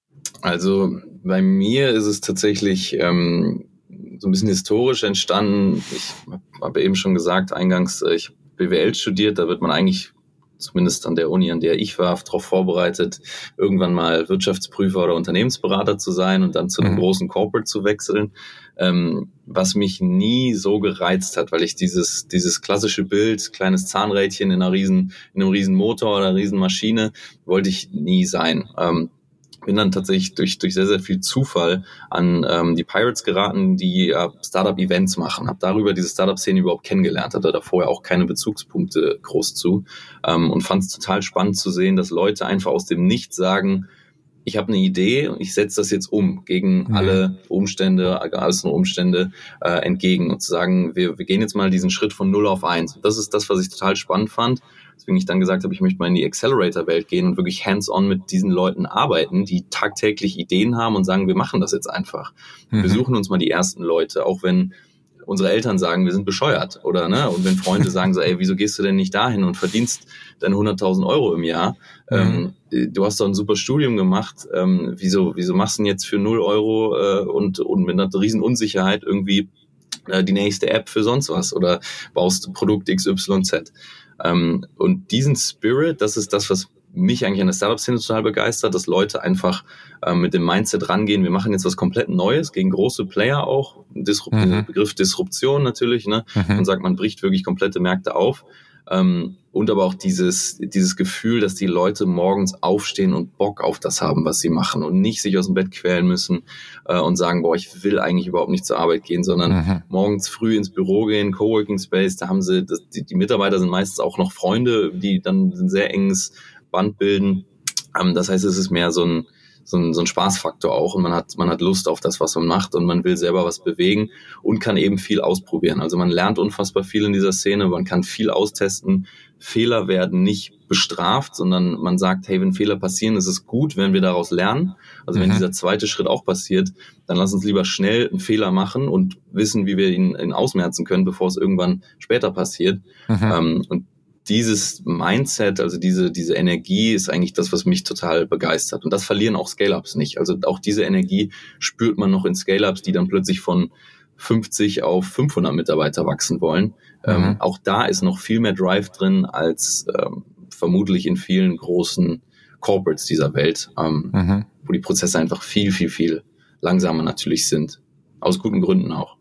Also bei mir ist es tatsächlich ähm, so ein bisschen historisch entstanden. Ich habe eben schon gesagt, eingangs, ich habe B W L studiert, da wird man eigentlich, zumindest an der Uni, an der ich war, darauf vorbereitet, irgendwann mal Wirtschaftsprüfer oder Unternehmensberater zu sein und dann zu einem mhm. großen Corporate zu wechseln. Ähm, was mich nie so gereizt hat, weil ich dieses dieses klassische Bild, kleines Zahnrädchen in einer riesen, in einem riesen Motor oder einer riesen Maschine, wollte ich nie sein. Ähm, bin dann tatsächlich durch durch sehr, sehr viel Zufall an ähm, die Pirates geraten, die äh, Startup-Events machen. Habe darüber diese Startup-Szene überhaupt kennengelernt, hatte da vorher auch keine Bezugspunkte groß zu ähm, und fand es total spannend zu sehen, dass Leute einfach aus dem Nichts sagen, ich habe eine Idee und ich setze das jetzt um gegen mhm. alle Umstände, alles nur Umstände äh, entgegen und zu sagen, wir, wir gehen jetzt mal diesen Schritt von null auf eins. Das ist das, was ich total spannend fand. Deswegen ich dann gesagt habe, ich möchte mal in die Accelerator-Welt gehen und wirklich hands-on mit diesen Leuten arbeiten, die tagtäglich Ideen haben und sagen, wir machen das jetzt einfach. Mhm. Wir suchen uns mal die ersten Leute, auch wenn unsere Eltern sagen, wir sind bescheuert, oder, ne? Und wenn Freunde sagen so, ey, wieso gehst du denn nicht dahin und verdienst deine hunderttausend Euro im Jahr? Mhm. Ähm, du hast doch ein super Studium gemacht, ähm, wieso, wieso machst du denn jetzt für null Euro äh, und, und mit einer riesen Unsicherheit irgendwie äh, die nächste App für sonst was oder baust Produkt X Y Z? Ähm, und diesen Spirit, das ist das, was mich eigentlich an der Startup-Szene total begeistert, dass Leute einfach äh, mit dem Mindset rangehen, wir machen jetzt was komplett Neues, gegen große Player auch, Disrupt- mhm. der Begriff Disruption natürlich, ne? Mhm. Und sagt, man bricht wirklich komplette Märkte auf. Ähm, und aber auch dieses dieses Gefühl, dass die Leute morgens aufstehen und Bock auf das haben, was sie machen und nicht sich aus dem Bett quälen müssen äh, und sagen, boah, ich will eigentlich überhaupt nicht zur Arbeit gehen, sondern mhm. morgens früh ins Büro gehen, Coworking Space, da haben sie, das, die, die Mitarbeiter sind meistens auch noch Freunde, die dann ein sehr enges Band bilden. Ähm, das heißt, es ist mehr so ein So ein, so ein Spaßfaktor auch und man hat, man hat Lust auf das, was man macht und man will selber was bewegen und kann eben viel ausprobieren. Also man lernt unfassbar viel in dieser Szene, man kann viel austesten. Fehler werden nicht bestraft, sondern man sagt, hey, wenn Fehler passieren, ist es gut, wenn wir daraus lernen. Also mhm. wenn dieser zweite Schritt auch passiert, dann lass uns lieber schnell einen Fehler machen und wissen, wie wir ihn, ihn ausmerzen können, bevor es irgendwann später passiert. Mhm. Ähm, und dieses Mindset, also diese diese Energie ist eigentlich das, was mich total begeistert. Und das verlieren auch Scale-Ups nicht. Also auch diese Energie spürt man noch in Scale-Ups, die dann plötzlich von fünfzig auf fünfhundert Mitarbeiter wachsen wollen. Mhm. Ähm, auch da ist noch viel mehr Drive drin als ähm, vermutlich in vielen großen Corporates dieser Welt, ähm, mhm. wo die Prozesse einfach viel, viel, viel langsamer natürlich sind. Aus guten Gründen auch.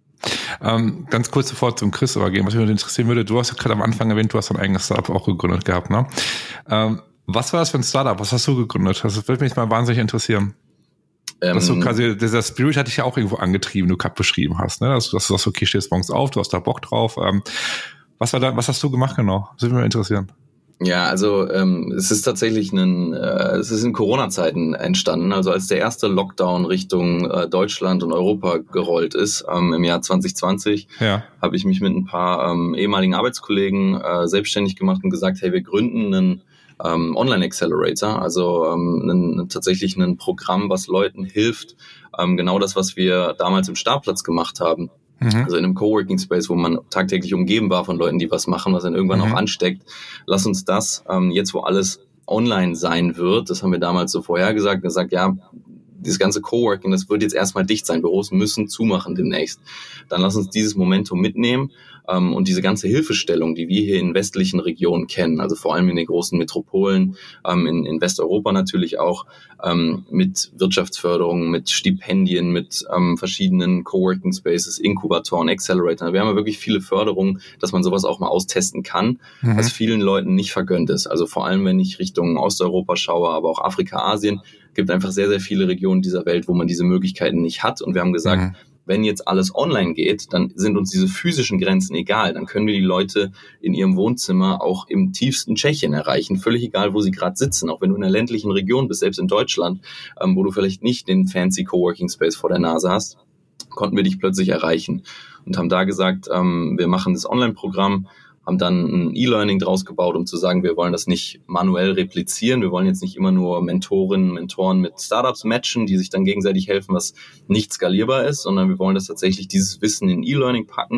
Ähm, ganz kurz sofort zum Chris übergehen, was mich interessieren würde. Du hast ja gerade am Anfang erwähnt, du hast ein eigenes Startup auch gegründet gehabt, ne? Ähm, was war das für ein Startup? Was hast du gegründet? Das würde mich mal wahnsinnig interessieren. Ähm, dass du quasi, dieser Spirit hat dich ja auch irgendwo angetrieben, du gerade beschrieben hast, ne? Dass, dass du sagst, okay, stehst morgens auf, du hast da Bock drauf. Ähm, was war da, was hast du gemacht genau? Das würde mich mal interessieren. Ja, also ähm, es ist tatsächlich ein, äh, es ist in Corona-Zeiten entstanden, also als der erste Lockdown Richtung äh, Deutschland und Europa gerollt ist, ähm, im Jahr zwanzig zwanzig, ja. habe ich mich mit ein paar ähm, ehemaligen Arbeitskollegen äh, selbstständig gemacht und gesagt, hey, wir gründen einen ähm, Online-Accelerator, also ähm, einen, tatsächlich ein Programm, was Leuten hilft, ähm, genau das, was wir damals im Startplatz gemacht haben. Also in einem Coworking Space, wo man tagtäglich umgeben war von Leuten, die was machen, was dann irgendwann mhm. auch ansteckt. Lass uns das, ähm, jetzt wo alles online sein wird, das haben wir damals so vorhergesagt, gesagt, ja, dieses ganze Coworking, das wird jetzt erstmal dicht sein. Büros müssen zumachen demnächst. Dann lass uns dieses Momentum mitnehmen ähm, und diese ganze Hilfestellung, die wir hier in westlichen Regionen kennen, also vor allem in den großen Metropolen, ähm, in, in Westeuropa natürlich auch, ähm, mit Wirtschaftsförderung, mit Stipendien, mit ähm, verschiedenen Coworking Spaces, Inkubatoren, Acceleratoren. Wir haben ja wirklich viele Förderungen, dass man sowas auch mal austesten kann, mhm. was vielen Leuten nicht vergönnt ist. Also vor allem, wenn ich Richtung Osteuropa schaue, aber auch Afrika, Asien, gibt einfach sehr, sehr viele Regionen dieser Welt, wo man diese Möglichkeiten nicht hat. Und wir haben gesagt, mhm. wenn jetzt alles online geht, dann sind uns diese physischen Grenzen egal. Dann können wir die Leute in ihrem Wohnzimmer auch im tiefsten Tschechien erreichen. Völlig egal, wo sie gerade sitzen. Auch wenn du in einer ländlichen Region bist, selbst in Deutschland, ähm, wo du vielleicht nicht den fancy Coworking Space vor der Nase hast, konnten wir dich plötzlich erreichen. Und haben da gesagt, ähm, wir machen das Online-Programm, haben dann ein E-Learning draus gebaut, um zu sagen, wir wollen das nicht manuell replizieren. Wir wollen jetzt nicht immer nur Mentorinnen, Mentoren mit Startups matchen, die sich dann gegenseitig helfen, was nicht skalierbar ist, sondern wir wollen das tatsächlich, dieses Wissen in E-Learning packen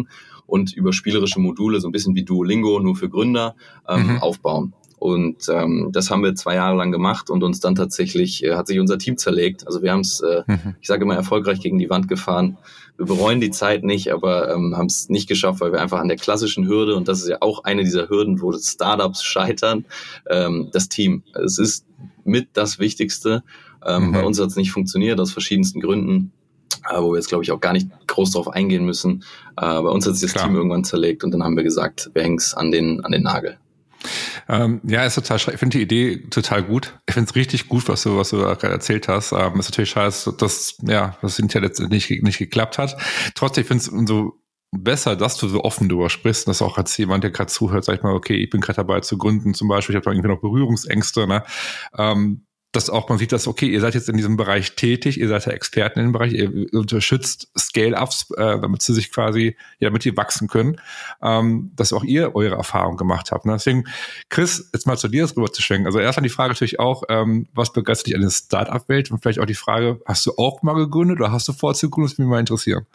und über spielerische Module, so ein bisschen wie Duolingo, nur für Gründer, ähm, mhm. aufbauen. Und ähm, das haben wir zwei Jahre lang gemacht und uns dann tatsächlich, äh, hat sich unser Team zerlegt. Also wir haben es, äh, mhm. ich sage immer, erfolgreich gegen die Wand gefahren. Wir bereuen die Zeit nicht, aber ähm, haben es nicht geschafft, weil wir einfach an der klassischen Hürde, und das ist ja auch eine dieser Hürden, wo Startups scheitern, ähm, das Team. Es ist mit das Wichtigste. Ähm, mhm. Bei uns hat es nicht funktioniert, aus verschiedensten Gründen, äh, wo wir jetzt, glaube ich, auch gar nicht groß drauf eingehen müssen. Äh, bei uns hat sich das Klar. Team irgendwann zerlegt und dann haben wir gesagt, wir hängen es an den, an den Nagel. Ähm, ja, ist total schade. Ich finde die Idee total gut. Ich finde es richtig gut, was du, was du gerade erzählt hast. Ähm, ist natürlich schade, dass das, ja, das hinterher letztendlich nicht, nicht geklappt hat. Trotzdem finde ich es umso besser, dass du so offen drüber sprichst, dass auch als jemand, der gerade zuhört, sag ich mal, okay, ich bin gerade dabei zu gründen, zum Beispiel, ich habe da irgendwie noch Berührungsängste, ne? Ähm, dass auch man sieht, dass, okay, ihr seid jetzt in diesem Bereich tätig, ihr seid ja Experten in dem Bereich, ihr unterstützt Scale-Ups, äh, damit sie sich quasi, ja, damit die wachsen können, ähm, dass auch ihr eure Erfahrung gemacht habt. Ne? Deswegen, Chris, jetzt mal zu dir das rüber zu schwenken. Also erstmal die Frage natürlich auch, ähm, was begeistert dich an der Start-up-Welt? Und vielleicht auch die Frage, hast du auch mal gegründet oder hast du vor zu gründen? Das würde mich mal interessieren.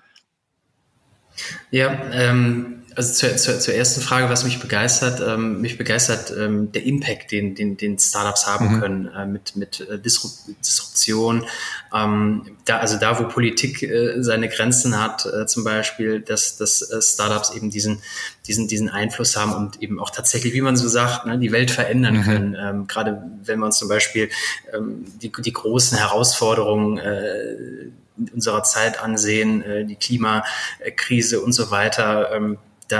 Ja, ähm, also zur, zur, zur ersten Frage, was mich begeistert, ähm, mich begeistert ähm, der Impact, den, den, den Startups haben mhm. können, äh, mit, mit äh, Disruption. Ähm, da, also da, wo Politik äh, seine Grenzen hat, äh, zum Beispiel, dass, dass äh, Startups eben diesen, diesen, diesen Einfluss haben und eben auch tatsächlich, wie man so sagt, ne, die Welt verändern mhm. können. Ähm, gerade wenn wir uns zum Beispiel ähm, die, die großen Herausforderungen äh, unserer Zeit ansehen, äh, die Klimakrise und so weiter, ähm,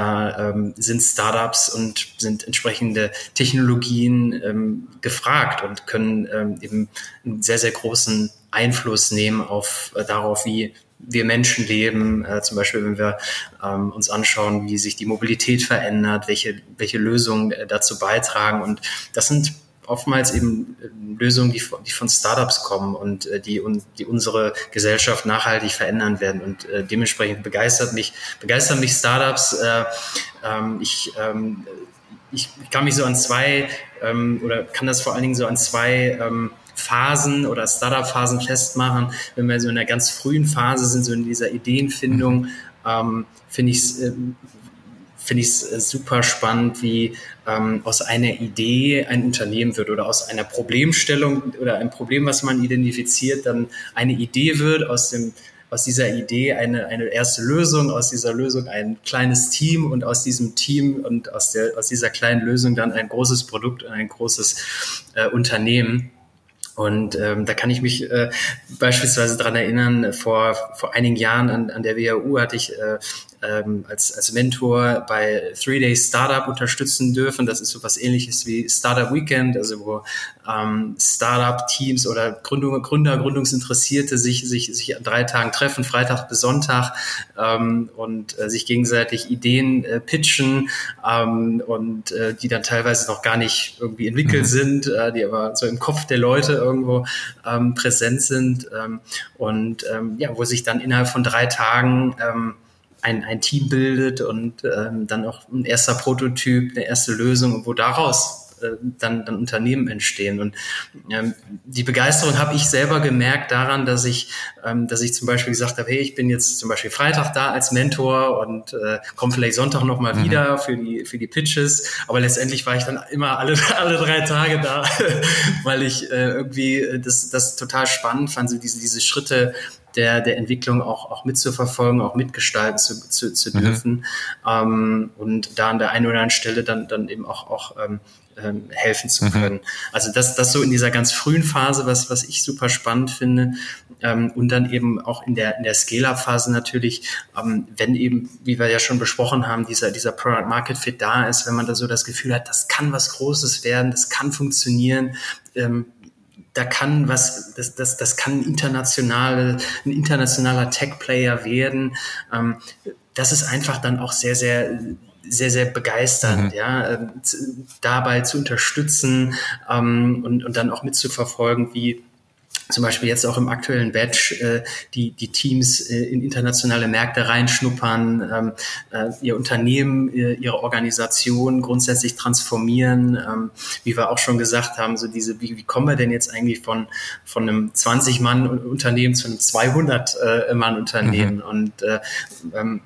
da ähm, sind Startups und sind entsprechende Technologien ähm, gefragt und können ähm, eben einen sehr, sehr großen Einfluss nehmen auf äh, darauf, wie wir Menschen leben. Äh, zum Beispiel, wenn wir ähm, uns anschauen, wie sich die Mobilität verändert, welche, welche Lösungen äh, dazu beitragen. Und das sind oftmals eben Lösungen, die von, die von Startups kommen und äh, die, un, die unsere Gesellschaft nachhaltig verändern werden. Und äh, dementsprechend begeistert mich, begeistern mich Startups. Äh, ähm, ich, ähm, ich kann mich so an zwei ähm, oder kann das vor allen Dingen so an zwei ähm, Phasen oder Startup-Phasen festmachen. Wenn wir so in einer ganz frühen Phase sind, so in dieser Ideenfindung, ähm, finde ich es äh, finde ich es super spannend, wie ähm, aus einer Idee ein Unternehmen wird oder aus einer Problemstellung oder einem Problem, was man identifiziert, dann eine Idee wird, aus dem aus dieser Idee eine, eine erste Lösung, aus dieser Lösung ein kleines Team und aus diesem Team und aus, der, aus dieser kleinen Lösung dann ein großes Produkt und ein großes äh, Unternehmen. Und ähm, da kann ich mich äh, beispielsweise dran erinnern, vor vor einigen Jahren an, an der W H U hatte ich äh, ähm, als als Mentor bei Three Days Startup unterstützen dürfen. Das ist so was Ähnliches wie Startup Weekend, also wo ähm, Startup-Teams oder Gründung, Gründer, Gründungsinteressierte sich sich sich an drei Tagen treffen, Freitag bis Sonntag, ähm, und äh, sich gegenseitig Ideen äh, pitchen, ähm, und äh, die dann teilweise noch gar nicht irgendwie entwickelt mhm. sind, äh, die aber so im Kopf der Leute irgendwo ähm, präsent sind, ähm, und ähm, ja, wo sich dann innerhalb von drei Tagen ähm, ein, ein Team bildet und ähm, dann auch ein erster Prototyp, eine erste Lösung, und wo daraus äh, dann, dann Unternehmen entstehen. Und ähm, die Begeisterung habe ich selber gemerkt daran, dass ich, ähm, dass ich zum Beispiel gesagt habe, hey, ich bin jetzt zum Beispiel Freitag da als Mentor und äh, komme vielleicht Sonntag nochmal mhm. wieder für die, für die Pitches. Aber letztendlich war ich dann immer alle, alle drei Tage da, weil ich äh, irgendwie das, das total spannend fand, so diese, diese Schritte der, der Entwicklung auch, auch mitzuverfolgen, auch mitgestalten zu, zu, zu dürfen, mhm. ähm, und da an der einen oder anderen Stelle dann, dann eben auch, auch ähm, ähm, helfen zu können. Mhm. Also das, das so in dieser ganz frühen Phase, was, was ich super spannend finde, ähm, und dann eben auch in der, in der Scale-Up-Phase natürlich, ähm, wenn eben, wie wir ja schon besprochen haben, dieser, dieser Product-Market-Fit da ist, wenn man da so das Gefühl hat, das kann was Großes werden, das kann funktionieren, ähm, da kann was, das, das, das kann internationale, ein internationaler Tech-Player werden. Ähm, das ist einfach dann auch sehr, sehr, sehr, sehr begeisternd, mhm. ja, äh, z- dabei zu unterstützen, ähm, und, und dann auch mitzuverfolgen, wie zum Beispiel jetzt auch im aktuellen Batch äh, die die Teams äh, in internationale Märkte reinschnuppern, ähm, äh, ihr Unternehmen, äh, ihre Organisation grundsätzlich transformieren, ähm, wie wir auch schon gesagt haben, so diese wie, wie kommen wir denn jetzt eigentlich von von einem zwanzig Mann Unternehmen zu einem zweihundert Mann Unternehmen, mhm. und äh, ähm,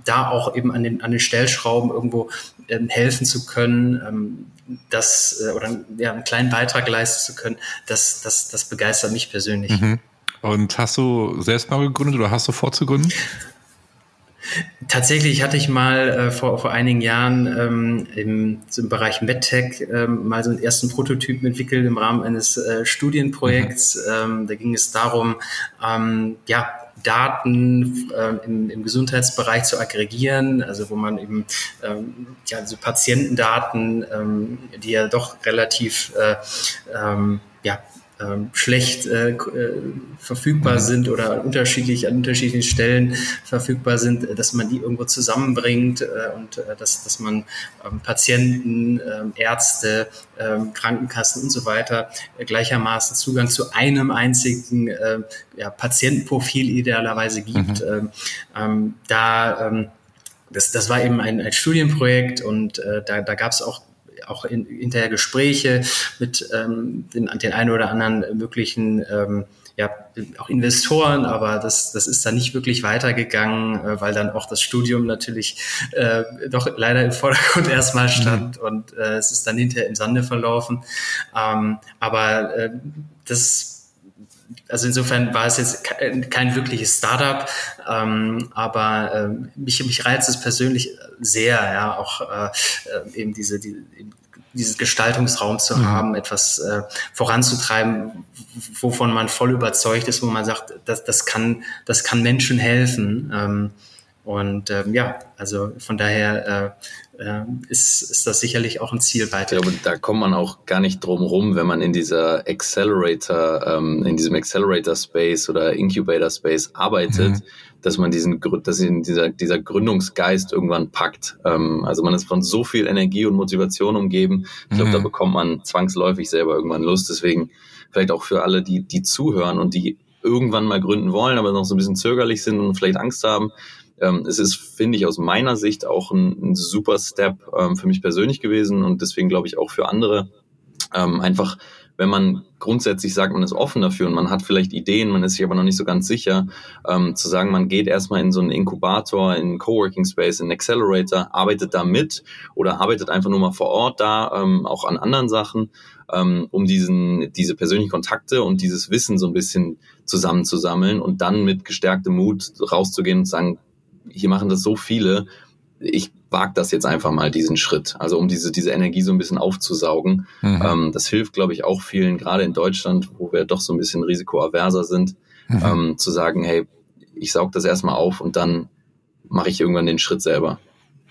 da auch eben an den, an den Stellschrauben irgendwo ähm, helfen zu können, ähm, das, äh, oder ja, einen kleinen Beitrag leisten zu können, das, das, das begeistert mich persönlich. Mhm. Und hast du selbst mal gegründet oder hast du vor zu gründen? Tatsächlich hatte ich mal äh, vor, vor einigen Jahren ähm, im, so im Bereich MedTech ähm, mal so einen ersten Prototypen entwickelt im Rahmen eines äh, Studienprojekts. Mhm. Ähm, da ging es darum, ähm, ja, Daten äh, im, im Gesundheitsbereich zu aggregieren, also wo man eben ähm, ja, so Patientendaten, ähm, die ja doch relativ äh, ähm, ja, Ähm, schlecht äh, äh, verfügbar mhm. sind oder unterschiedlich an unterschiedlichen Stellen verfügbar sind, dass man die irgendwo zusammenbringt äh, und äh, dass, dass man ähm, Patienten, ähm, Ärzte, ähm, Krankenkassen und so weiter äh, gleichermaßen Zugang zu einem einzigen äh, ja, Patientenprofil idealerweise gibt. Mhm. Ähm, ähm, da ähm, das, das war eben ein, ein Studienprojekt und äh, da, da gab es auch auch in, hinterher Gespräche mit ähm, den, den einen oder anderen möglichen ähm, ja, auch Investoren, aber das, das ist dann nicht wirklich weitergegangen, äh, weil dann auch das Studium natürlich äh, doch leider im Vordergrund erstmal stand mhm. und äh, es ist dann hinterher im Sande verlaufen. Ähm, aber äh, das Also insofern war es jetzt kein, kein wirkliches Startup, ähm, aber äh, mich, mich reizt es persönlich sehr, ja, auch äh, eben diese, die, dieses Gestaltungsraum zu mhm. haben, etwas äh, voranzutreiben, wovon man voll überzeugt ist, wo man sagt, das, das kann, das kann Menschen helfen. Ähm, und ähm, ja, also von daher äh, äh, ist, ist das sicherlich auch ein Ziel weiter. Ich glaube, da kommt man auch gar nicht drum rum, wenn man in dieser Accelerator, ähm, in diesem Accelerator-Space oder Incubator-Space arbeitet, mhm. dass man diesen, dass ihn dieser, dieser Gründungsgeist irgendwann packt. Ähm, also man ist von so viel Energie und Motivation umgeben. Ich glaube, mhm. da bekommt man zwangsläufig selber irgendwann Lust. Deswegen vielleicht auch für alle, die, die zuhören und die irgendwann mal gründen wollen, aber noch so ein bisschen zögerlich sind und vielleicht Angst haben. Ähm, es ist, finde ich, aus meiner Sicht auch ein, ein super Step ähm, für mich persönlich gewesen und deswegen glaube ich auch für andere. Ähm, einfach, wenn man grundsätzlich sagt, man ist offen dafür und man hat vielleicht Ideen, man ist sich aber noch nicht so ganz sicher, ähm, zu sagen, man geht erstmal in so einen Inkubator, in einen Coworking Space, in einen Accelerator, arbeitet da mit oder arbeitet einfach nur mal vor Ort da, ähm, auch an anderen Sachen, ähm, um diesen, diese persönlichen Kontakte und dieses Wissen so ein bisschen zusammenzusammeln und dann mit gestärktem Mut rauszugehen und zu sagen, hier machen das so viele, ich wage das jetzt einfach mal, diesen Schritt. Also um diese diese Energie so ein bisschen aufzusaugen. Mhm. Ähm, das hilft, glaube ich, auch vielen, gerade in Deutschland, wo wir doch so ein bisschen risikoaverser sind, mhm. ähm, zu sagen, hey, ich saug das erstmal auf und dann mache ich irgendwann den Schritt selber.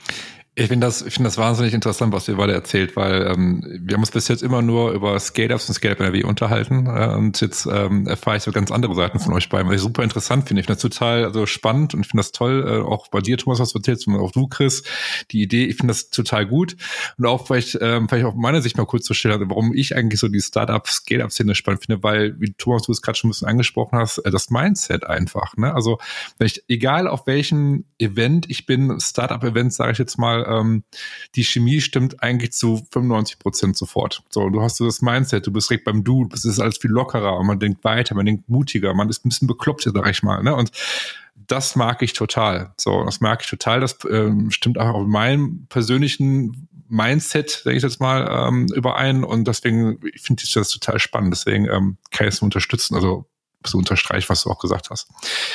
Ich finde das, ich finde das wahnsinnig interessant, was ihr beide erzählt, weil ähm, wir haben uns bis jetzt immer nur über Scale-Ups und Scale-Up N R W unterhalten äh, und jetzt ähm, erfahre ich so ganz andere Seiten von euch beiden, was ich super interessant finde. Ich finde das total also spannend und ich finde das toll, äh, auch bei dir, Thomas, was du erzählst, und auch du, Chris, die Idee, ich finde das total gut und auch vielleicht, ähm, vielleicht auch meine Sicht mal kurz zu stellen, also warum ich eigentlich so die Startup-Scale-Up-Szene spannend finde, weil, wie Thomas, du es gerade schon ein bisschen angesprochen hast, äh, das Mindset einfach, ne? Also wenn ich, egal auf welchem Event ich bin, Startup-Event, sage ich jetzt mal, Ähm, die Chemie stimmt eigentlich zu fünfundneunzig Prozent sofort. So, du hast so das Mindset, du bist direkt beim Du, es ist alles viel lockerer und man denkt weiter, man denkt mutiger, man ist ein bisschen bekloppter, sag ich mal, ne? Und das mag ich total. So, das mag ich total. Das ähm, stimmt auch auf meinem persönlichen Mindset, sage ich jetzt mal, ähm, überein und deswegen ich finde ich das total spannend. Deswegen ähm, kann ich es unterstützen, also so unterstreichen, was du auch gesagt hast.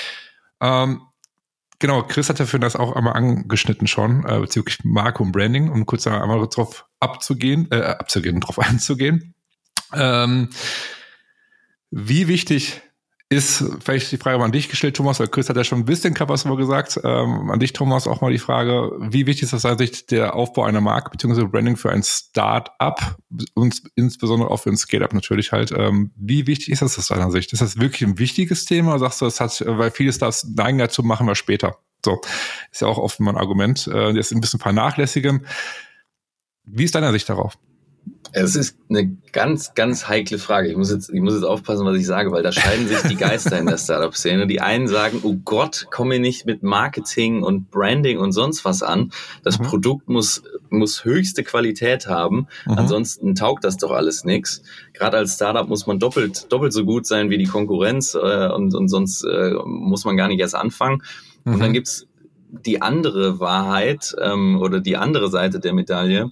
Ähm, Genau, Chris hat ja für das auch einmal angeschnitten schon, äh, bezüglich Marke und Branding, um kurz einmal drauf abzugehen, äh, abzugehen, drauf einzugehen. Ähm, wie wichtig ist, vielleicht die Frage mal an dich gestellt, Thomas, weil Chris hat ja schon ein bisschen was gesagt, ähm, an dich, Thomas, auch mal die Frage, wie wichtig ist aus deiner Sicht der Aufbau einer Marke, beziehungsweise Branding für ein Start-up und insbesondere auch für ein Scale-up natürlich halt, ähm, wie wichtig ist das aus deiner Sicht? Ist das wirklich ein wichtiges Thema, oder sagst du, das hat, weil viele Startups neigen dazu, machen wir später? So, ist ja auch oft mal ein Argument, äh, das ein bisschen vernachlässigen. Wie ist deine Sicht darauf? Es ist eine ganz, ganz heikle Frage. Ich muss jetzt, ich muss jetzt aufpassen, was ich sage, weil da scheiden sich die Geister in der Startup-Szene. Die einen sagen, oh Gott, komme nicht mit Marketing und Branding und sonst was an. Das mhm. Produkt muss, muss höchste Qualität haben. Mhm. Ansonsten taugt das doch alles nix. Gerade als Startup muss man doppelt, doppelt so gut sein wie die Konkurrenz, äh, und, und sonst äh, muss man gar nicht erst anfangen. Mhm. Und dann gibt's die andere Wahrheit ähm, oder die andere Seite der Medaille,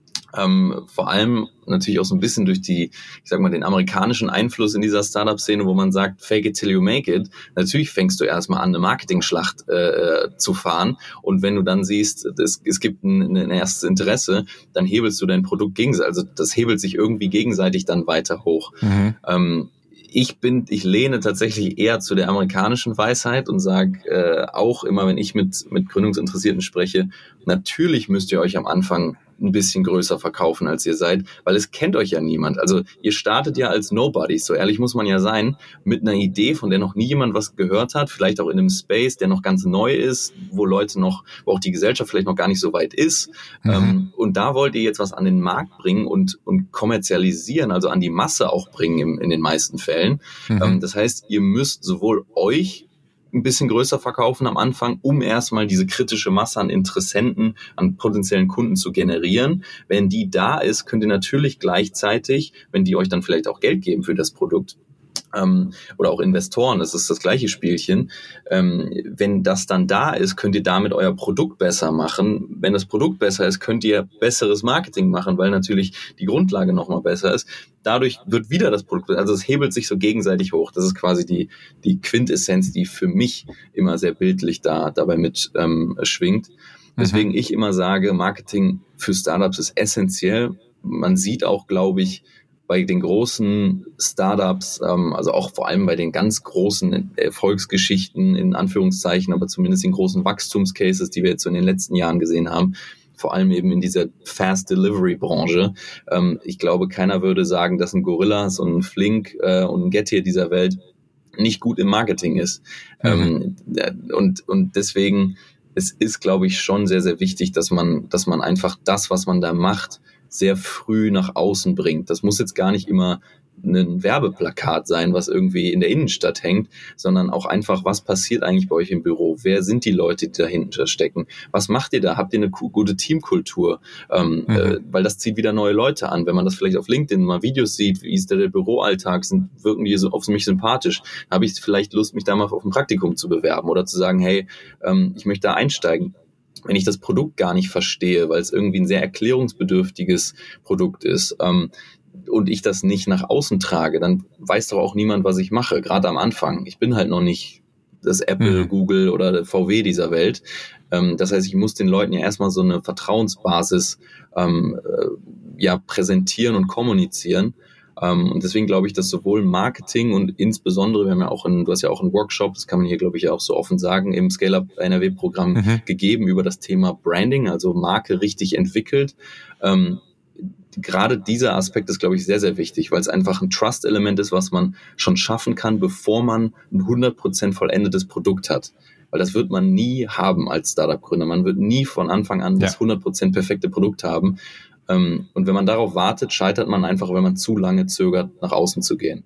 ähm, vor allem natürlich auch so ein bisschen durch die, ich sag mal, den amerikanischen Einfluss in dieser Startup-Szene, wo man sagt, fake it till you make it. Natürlich fängst du erstmal an, eine Marketing-Schlacht äh, zu fahren, und wenn du dann siehst, es, es gibt ein, ein erstes Interesse, dann hebelst du dein Produkt gegenseitig, also das hebelt sich irgendwie gegenseitig dann weiter hoch. Mhm. Ähm, Ich bin, ich lehne tatsächlich eher zu der amerikanischen Weisheit und sage äh, auch immer, wenn ich mit mit Gründungsinteressierten spreche, natürlich müsst ihr euch am Anfang ein bisschen größer verkaufen, als ihr seid, weil es kennt euch ja niemand. Also ihr startet ja als Nobodies, so ehrlich muss man ja sein, mit einer Idee, von der noch nie jemand was gehört hat, vielleicht auch in einem Space, der noch ganz neu ist, wo Leute noch, wo auch die Gesellschaft vielleicht noch gar nicht so weit ist. Mhm. Ähm, und da wollt ihr jetzt was an den Markt bringen und und kommerzialisieren, also an die Masse auch bringen im, in den meisten Fällen. Mhm. Ähm, das heißt, ihr müsst sowohl euch ein bisschen größer verkaufen am Anfang, um erstmal diese kritische Masse an Interessenten, an potenziellen Kunden zu generieren. Wenn die da ist, könnt ihr natürlich gleichzeitig, wenn die euch dann vielleicht auch Geld geben für das Produkt, ähm, oder auch Investoren, das ist das gleiche Spielchen, ähm, wenn das dann da ist, könnt ihr damit euer Produkt besser machen. Wenn das Produkt besser ist, könnt ihr besseres Marketing machen, weil natürlich die Grundlage nochmal besser ist. Dadurch wird wieder das Produkt, also es hebelt sich so gegenseitig hoch. Das ist quasi die, die Quintessenz, die für mich immer sehr bildlich da dabei mit ähm, schwingt. Deswegen mhm. ich immer sage, Marketing für Startups ist essentiell. Man sieht auch, glaube ich, bei den großen Startups, ähm, also auch vor allem bei den ganz großen Erfolgsgeschichten, in Anführungszeichen, aber zumindest in großen Wachstumscases, die wir jetzt so in den letzten Jahren gesehen haben, vor allem eben in dieser Fast-Delivery-Branche. Ähm, ich glaube, keiner würde sagen, dass ein Gorilla, so ein Flink äh, und ein Getir dieser Welt nicht gut im Marketing ist. Mhm. Ähm, und, und deswegen, es ist, glaube ich, schon sehr, sehr wichtig, dass man, dass man einfach das, was man da macht, sehr früh nach außen bringt. Das muss jetzt gar nicht immer ein Werbeplakat sein, was irgendwie in der Innenstadt hängt, sondern auch einfach, was passiert eigentlich bei euch im Büro? Wer sind die Leute, die dahinter stecken? Was macht ihr da? Habt ihr eine gute Teamkultur? Ähm, mhm. äh, weil das zieht wieder neue Leute an. Wenn man das vielleicht auf LinkedIn mal Videos sieht, wie ist der, der Büroalltag, sind, wirken die so auf mich sympathisch, habe ich vielleicht Lust, mich da mal auf ein Praktikum zu bewerben oder zu sagen, hey, ähm, ich möchte da einsteigen. Wenn ich das Produkt gar nicht verstehe, weil es irgendwie ein sehr erklärungsbedürftiges Produkt ist, ähm, und ich das nicht nach außen trage, dann weiß doch auch niemand, was ich mache, gerade am Anfang. Ich bin halt noch nicht das Apple, mhm. Google oder der V W dieser Welt. Ähm, das heißt, ich muss den Leuten ja erstmal so eine Vertrauensbasis ähm, äh, ja, präsentieren und kommunizieren. Um, und deswegen glaube ich, dass sowohl Marketing und insbesondere, wir haben ja auch einen, du hast ja auch einen Workshop, das kann man hier, glaube ich, auch so offen sagen, im Scale-Up N R W-Programm mhm. gegeben über das Thema Branding, also Marke richtig entwickelt. Um, gerade dieser Aspekt ist, glaube ich, sehr, sehr wichtig, weil es einfach ein Trust-Element ist, was man schon schaffen kann, bevor man ein hundert Prozent vollendetes Produkt hat. Weil das wird man nie haben als Startup-Gründer. Man wird nie von Anfang an ja. das hundert Prozent perfekte Produkt haben. Und wenn man darauf wartet, scheitert man einfach, wenn man zu lange zögert, nach außen zu gehen.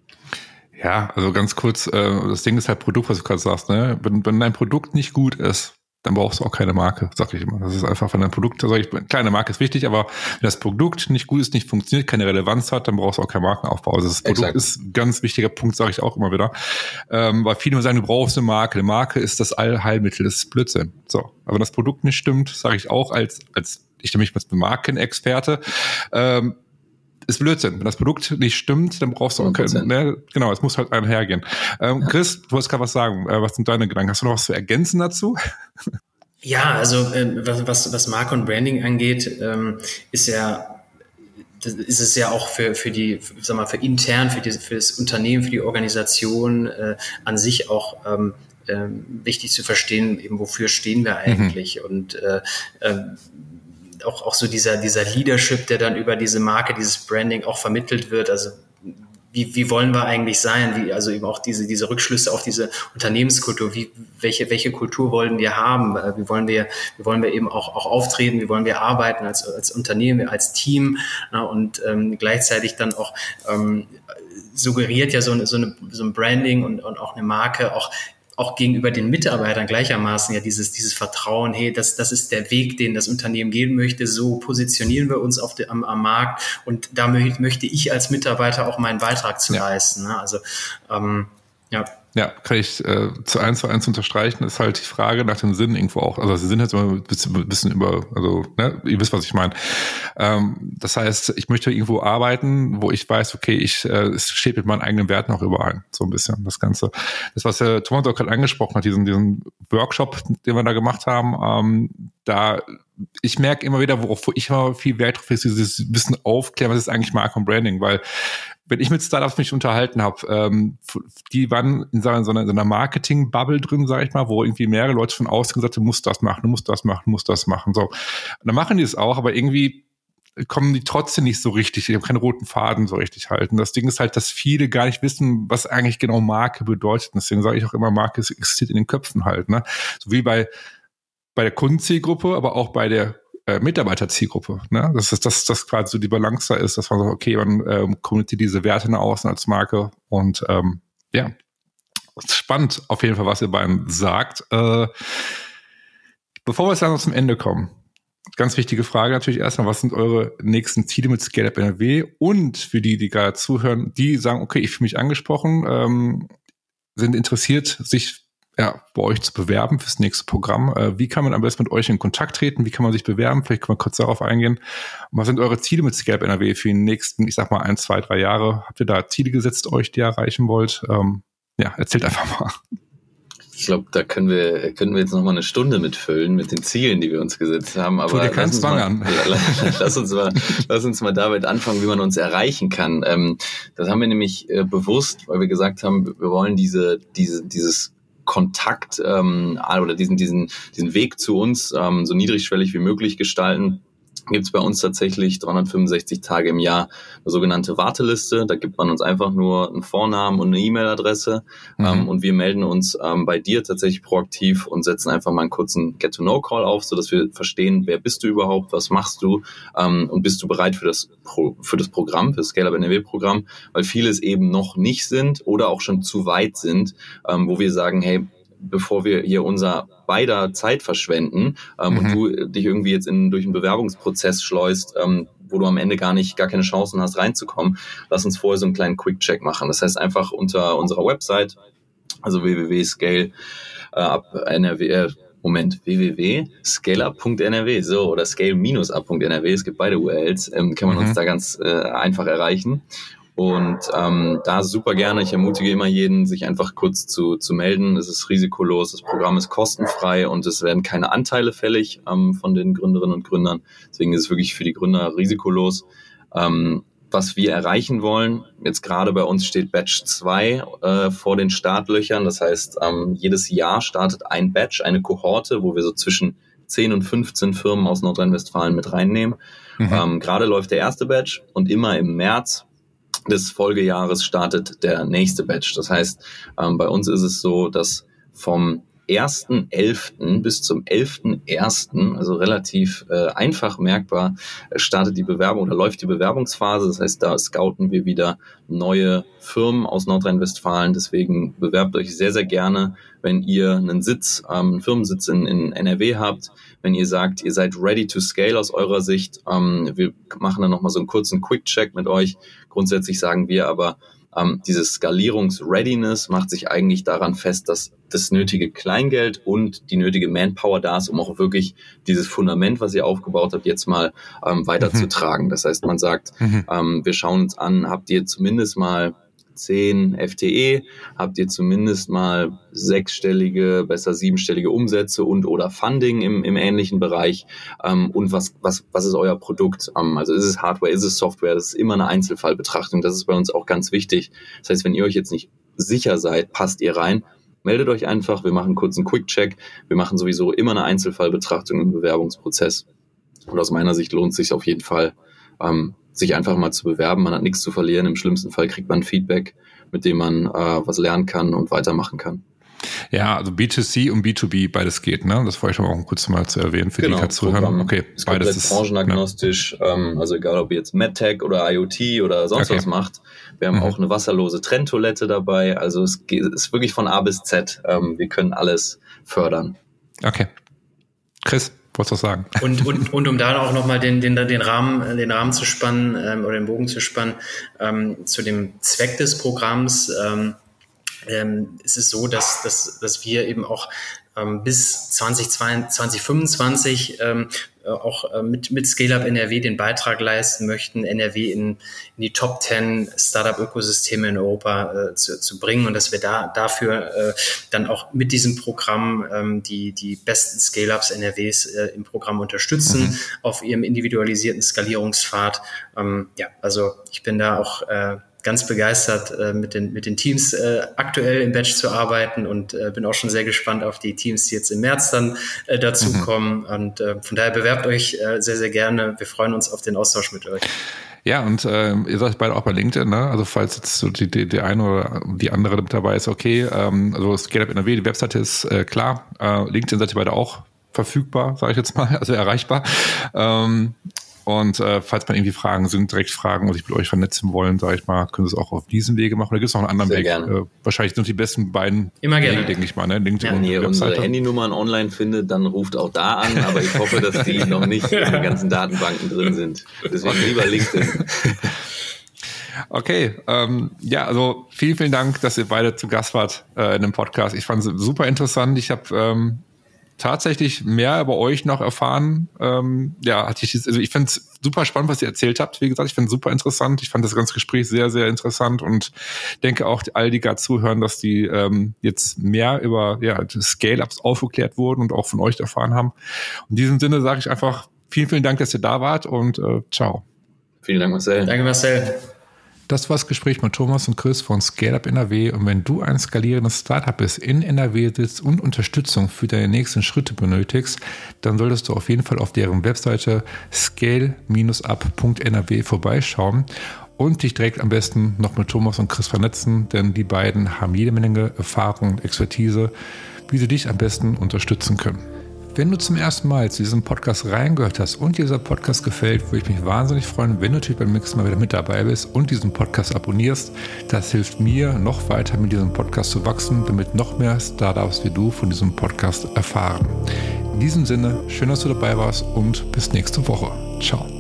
Ja, also ganz kurz, das Ding ist halt Produkt, was du gerade sagst, ne? Wenn, wenn dein Produkt nicht gut ist, dann brauchst du auch keine Marke, sag ich immer. Das ist einfach, wenn dein Produkt, also ich, kleine Marke ist wichtig, aber wenn das Produkt nicht gut ist, nicht funktioniert, keine Relevanz hat, dann brauchst du auch keinen Markenaufbau. Also das Produkt Exakt. Ist ein ganz wichtiger Punkt, sage ich auch immer wieder. Ähm, weil viele sagen, du brauchst eine Marke. Eine Marke ist das Allheilmittel, das ist Blödsinn. So, aber wenn das Produkt nicht stimmt, sage ich auch als, als ich nehme mich als Markenexperte, ähm, ist Blödsinn. Wenn das Produkt nicht stimmt, dann brauchst du auch keinen, ne? Genau, es muss halt einhergehen. Ähm, ja. Chris, du wolltest gerade was sagen. Äh, was sind deine Gedanken? Hast du noch was zu ergänzen dazu? Ja, also äh, was, was, was Marke und Branding angeht, ähm, ist ja das ist es ja auch für für die, sag mal, für intern, für, die, für das Unternehmen, für die Organisation äh, an sich auch ähm, äh, wichtig zu verstehen, eben wofür stehen wir eigentlich mhm. und äh, äh, auch auch so dieser dieser Leadership, der dann über diese Marke, dieses Branding auch vermittelt wird, also Wie, wie wollen wir eigentlich sein? Wie, also eben auch diese, diese Rückschlüsse auf diese Unternehmenskultur. Wie, welche, welche Kultur wollen wir haben? Wie wollen wir, wie wollen wir eben auch, auch auftreten? Wie wollen wir arbeiten als, als Unternehmen, als Team? Na, und ähm, gleichzeitig dann auch ähm, suggeriert ja so, eine, so, eine, so ein Branding und, und auch eine Marke auch, auch gegenüber den Mitarbeitern gleichermaßen ja dieses, dieses Vertrauen, hey, das, das ist der Weg, den das Unternehmen gehen möchte, so positionieren wir uns auf de, am, am Markt und da möchte ich als Mitarbeiter auch meinen Beitrag zu ja. leisten. Ne? Also, ähm, ja. Ja, kann ich äh, zu eins zu eins unterstreichen, ist halt die Frage nach dem Sinn irgendwo auch. Also der Sinn hat immer ein bisschen, ein bisschen über, also ne, ihr wisst, was ich meine. Ähm, das heißt, ich möchte irgendwo arbeiten, wo ich weiß, okay, ich äh, es steht mit meinen eigenen Werten auch überein, so ein bisschen das Ganze. Das, was der Thomas auch gerade angesprochen hat, diesen, diesen Workshop, den wir da gemacht haben, ähm, da ich merke immer wieder, worauf ich immer viel Wert drauf ist, dieses Wissen aufklären, was ist eigentlich Marke und Branding, weil wenn ich mit Startups mich unterhalten habe, ähm, die waren in so einer, so einer Marketing-Bubble drin, sag ich mal, wo irgendwie mehrere Leute von außen gesagt haben, du musst das machen, du musst das machen, du musst das machen. So. Und dann machen die es auch, aber irgendwie kommen die trotzdem nicht so richtig, die haben keine roten Faden so richtig halten. Das Ding ist halt, dass viele gar nicht wissen, was eigentlich genau Marke bedeutet. Und deswegen sage ich auch immer, Marke existiert in den Köpfen halt. Ne? So wie bei, bei der Kundenzielgruppe, aber auch bei der Äh, Mitarbeiterzielgruppe, ne? Das ist, dass das quasi so die Balance da ist, dass man sagt, okay, man ähm, kommuniziert diese Werte nach außen als Marke und ähm, ja, spannend auf jeden Fall, was ihr beiden sagt. Äh, bevor wir jetzt dann zum Ende kommen, ganz wichtige Frage natürlich erstmal, was sind eure nächsten Ziele mit Scale-Up N R W und für die, die gerade zuhören, die sagen, okay, ich fühle mich angesprochen, ähm, sind interessiert, sich ja, bei euch zu bewerben fürs nächste Programm. Äh, wie kann man am besten mit euch in Kontakt treten? Wie kann man sich bewerben? Vielleicht kann man kurz darauf eingehen. Und was sind eure Ziele mit Scale-Up N R W für die nächsten, ich sag mal, ein, zwei, drei Jahre? Habt ihr da Ziele gesetzt, euch, die ihr erreichen wollt? Ähm, ja, erzählt einfach mal. Ich glaube, da können wir, können wir jetzt noch mal eine Stunde mitfüllen mit den Zielen, die wir uns gesetzt haben. Aber tu dir keinen Zwang an. Lass uns mal, lass uns mal damit anfangen, wie man uns erreichen kann. Ähm, das haben wir nämlich äh, bewusst, weil wir gesagt haben, wir wollen diese, diese, dieses Kontakt ähm, oder diesen diesen diesen Weg zu uns ähm, so niedrigschwellig wie möglich gestalten. Gibt es bei uns tatsächlich dreihundertfünfundsechzig Tage im Jahr eine sogenannte Warteliste. Da gibt man uns einfach nur einen Vornamen und eine E-Mail-Adresse mhm. ähm, und wir melden uns ähm, bei dir tatsächlich proaktiv und setzen einfach mal einen kurzen Get-to-Know-Call auf, sodass wir verstehen, wer bist du überhaupt, was machst du ähm, und bist du bereit für das Pro- für das Programm, für das Scale-Up N R W-Programm, weil viele es eben noch nicht sind oder auch schon zu weit sind, ähm, wo wir sagen, hey, bevor wir hier unser beider Zeit verschwenden ähm, mhm. und du dich irgendwie jetzt in, durch einen Bewerbungsprozess schleust, ähm, wo du am Ende gar nicht, gar keine Chancen hast reinzukommen, lass uns vorher so einen kleinen Quick-Check machen. Das heißt einfach unter unserer Website, also w w w punkt scale up N R W, äh, Moment, w w w punkt scaleup punkt n r w, so, oder scale up punkt n r w, es gibt beide U R Ls, ähm, kann man mhm. uns da ganz äh, einfach erreichen. Und ähm, da super gerne, ich ermutige immer jeden, sich einfach kurz zu zu melden. Es ist risikolos, das Programm ist kostenfrei und es werden keine Anteile fällig ähm, von den Gründerinnen und Gründern. Deswegen ist es wirklich für die Gründer risikolos. Ähm, was wir erreichen wollen, jetzt gerade bei uns steht Batch zwei äh, vor den Startlöchern. Das heißt, ähm, jedes Jahr startet ein Batch, eine Kohorte, wo wir so zwischen zehn und fünfzehn Firmen aus Nordrhein-Westfalen mit reinnehmen. Mhm. Ähm, gerade läuft der erste Batch und immer im März des Folgejahres startet der nächste Batch. Das heißt, ähm, bei uns ist es so, dass vom ersten elften bis zum elften ersten, also relativ äh, einfach merkbar, startet die Bewerbung oder läuft die Bewerbungsphase. Das heißt, da scouten wir wieder neue Firmen aus Nordrhein-Westfalen. Deswegen bewerbt euch sehr, sehr gerne, wenn ihr einen Sitz, ähm, einen Firmensitz in, in N R W habt, wenn ihr sagt, ihr seid ready to scale aus eurer Sicht. Ähm, wir machen dann nochmal so einen kurzen Quick-Check mit euch. Grundsätzlich sagen wir aber, Ähm, diese Skalierungs-Readiness macht sich eigentlich daran fest, dass das nötige Kleingeld und die nötige Manpower da ist, um auch wirklich dieses Fundament, was ihr aufgebaut habt, jetzt mal ähm, weiterzutragen. Mhm. Das heißt, man sagt, mhm. ähm, wir schauen uns an, habt ihr zumindest mal zehn F T E, habt ihr zumindest mal sechsstellige, besser siebenstellige Umsätze und oder Funding im, im ähnlichen Bereich ähm, und was, was, was ist euer Produkt? Ähm, also ist es Hardware, ist es Software? Das ist immer eine Einzelfallbetrachtung, das ist bei uns auch ganz wichtig. Das heißt, wenn ihr euch jetzt nicht sicher seid, passt ihr rein, meldet euch einfach, wir machen kurz einen Quick-Check, wir machen sowieso immer eine Einzelfallbetrachtung im Bewerbungsprozess und aus meiner Sicht lohnt es sich auf jeden Fall, ähm, sich einfach mal zu bewerben. Man hat nichts zu verlieren. Im schlimmsten Fall kriegt man Feedback, mit dem man äh, was lernen kann und weitermachen kann. Ja, also B zwei C und B zwei B beides geht, ne? Das wollte ich auch kurz mal zu erwähnen, für genau, die gerade zuhören. Okay, ist beides ist branchenagnostisch, ne? ähm, also egal ob ihr jetzt MedTech oder IoT oder sonst okay. was macht. Wir haben mhm. auch eine wasserlose Trenntoilette dabei. Also es geht, ist wirklich von A bis Z. Ähm, wir können alles fördern. Okay. Chris, wolltest du sagen? Und, und, und um da auch nochmal den, den, den, Rahmen, den Rahmen zu spannen ähm, oder den Bogen zu spannen, ähm, zu dem Zweck des Programms, ähm, ähm, ist es so, dass, dass, dass wir eben auch ähm, bis zwanzig fünfundzwanzig ähm, auch äh, mit, mit Scale-Up N R W den Beitrag leisten möchten, N R W in, in die Top zehn Startup-Ökosysteme in Europa äh, zu, zu bringen und dass wir da dafür äh, dann auch mit diesem Programm ähm, die, die besten Scale-Ups N R Ws äh, im Programm unterstützen, mhm. auf ihrem individualisierten Skalierungspfad. Ähm, ja, also ich bin da auch äh, ganz begeistert, äh, mit den mit den Teams äh, aktuell im Batch zu arbeiten und äh, bin auch schon sehr gespannt auf die Teams, die jetzt im März dann äh, dazukommen. Mhm. Und äh, von daher bewerbt euch äh, sehr, sehr gerne. Wir freuen uns auf den Austausch mit euch. Ja, und äh, ihr seid beide auch bei LinkedIn, ne? Also falls jetzt so die, die, die eine oder die andere mit dabei ist, okay. Ähm, also Scale-Up N R W, die Webseite ist äh, klar. Äh, LinkedIn seid ihr beide auch verfügbar, sage ich jetzt mal, also erreichbar. Ähm, Und äh, falls man irgendwie Fragen sind, direkt Fragen und sich mit euch vernetzen wollen, sage ich mal, können Sie es auch auf diesem Wege machen. Da gibt es noch einen anderen Sehr Weg. Gerne. Äh, wahrscheinlich sind die besten beiden Immer gerne. Wege, denke ich mal. Ne? LinkedIn ja, und wenn ihr Webseite. unsere Handynummern online findet, dann ruft auch da an. Aber ich hoffe, dass die noch nicht in den ganzen Datenbanken drin sind. Deswegen lieber LinkedIn. Okay, ähm, ja, also vielen, vielen Dank, dass ihr beide zu Gast wart äh, in dem Podcast. Ich fand es super interessant. Ich habe ähm, tatsächlich mehr über euch noch erfahren. Ähm, ja, hatte ich, also ich finde es super spannend, was ihr erzählt habt. Wie gesagt, ich finde es super interessant. Ich fand das ganze Gespräch sehr, sehr interessant und denke auch, all die gerade zuhören, dass die ähm, jetzt mehr über ja, Scale-Ups aufgeklärt wurden und auch von euch erfahren haben. In diesem Sinne sage ich einfach vielen, vielen Dank, dass ihr da wart und äh, ciao. Vielen Dank, Marcel. Danke, Marcel. Das war das Gespräch mit Thomas und Chris von Scale-Up N R W. Und wenn du ein skalierendes Startup bist, in N R W sitzt und Unterstützung für deine nächsten Schritte benötigst, dann solltest du auf jeden Fall auf deren Webseite scale Bindestrich up Punkt N R W vorbeischauen und dich direkt am besten noch mit Thomas und Chris vernetzen, denn die beiden haben jede Menge Erfahrung und Expertise, wie sie dich am besten unterstützen können. Wenn du zum ersten Mal zu diesem Podcast reingehört hast und dir dieser Podcast gefällt, würde ich mich wahnsinnig freuen, wenn du natürlich beim nächsten Mal wieder mit dabei bist und diesen Podcast abonnierst. Das hilft mir, noch weiter mit diesem Podcast zu wachsen, damit noch mehr Startups wie du von diesem Podcast erfahren. In diesem Sinne, schön, dass du dabei warst und bis nächste Woche. Ciao.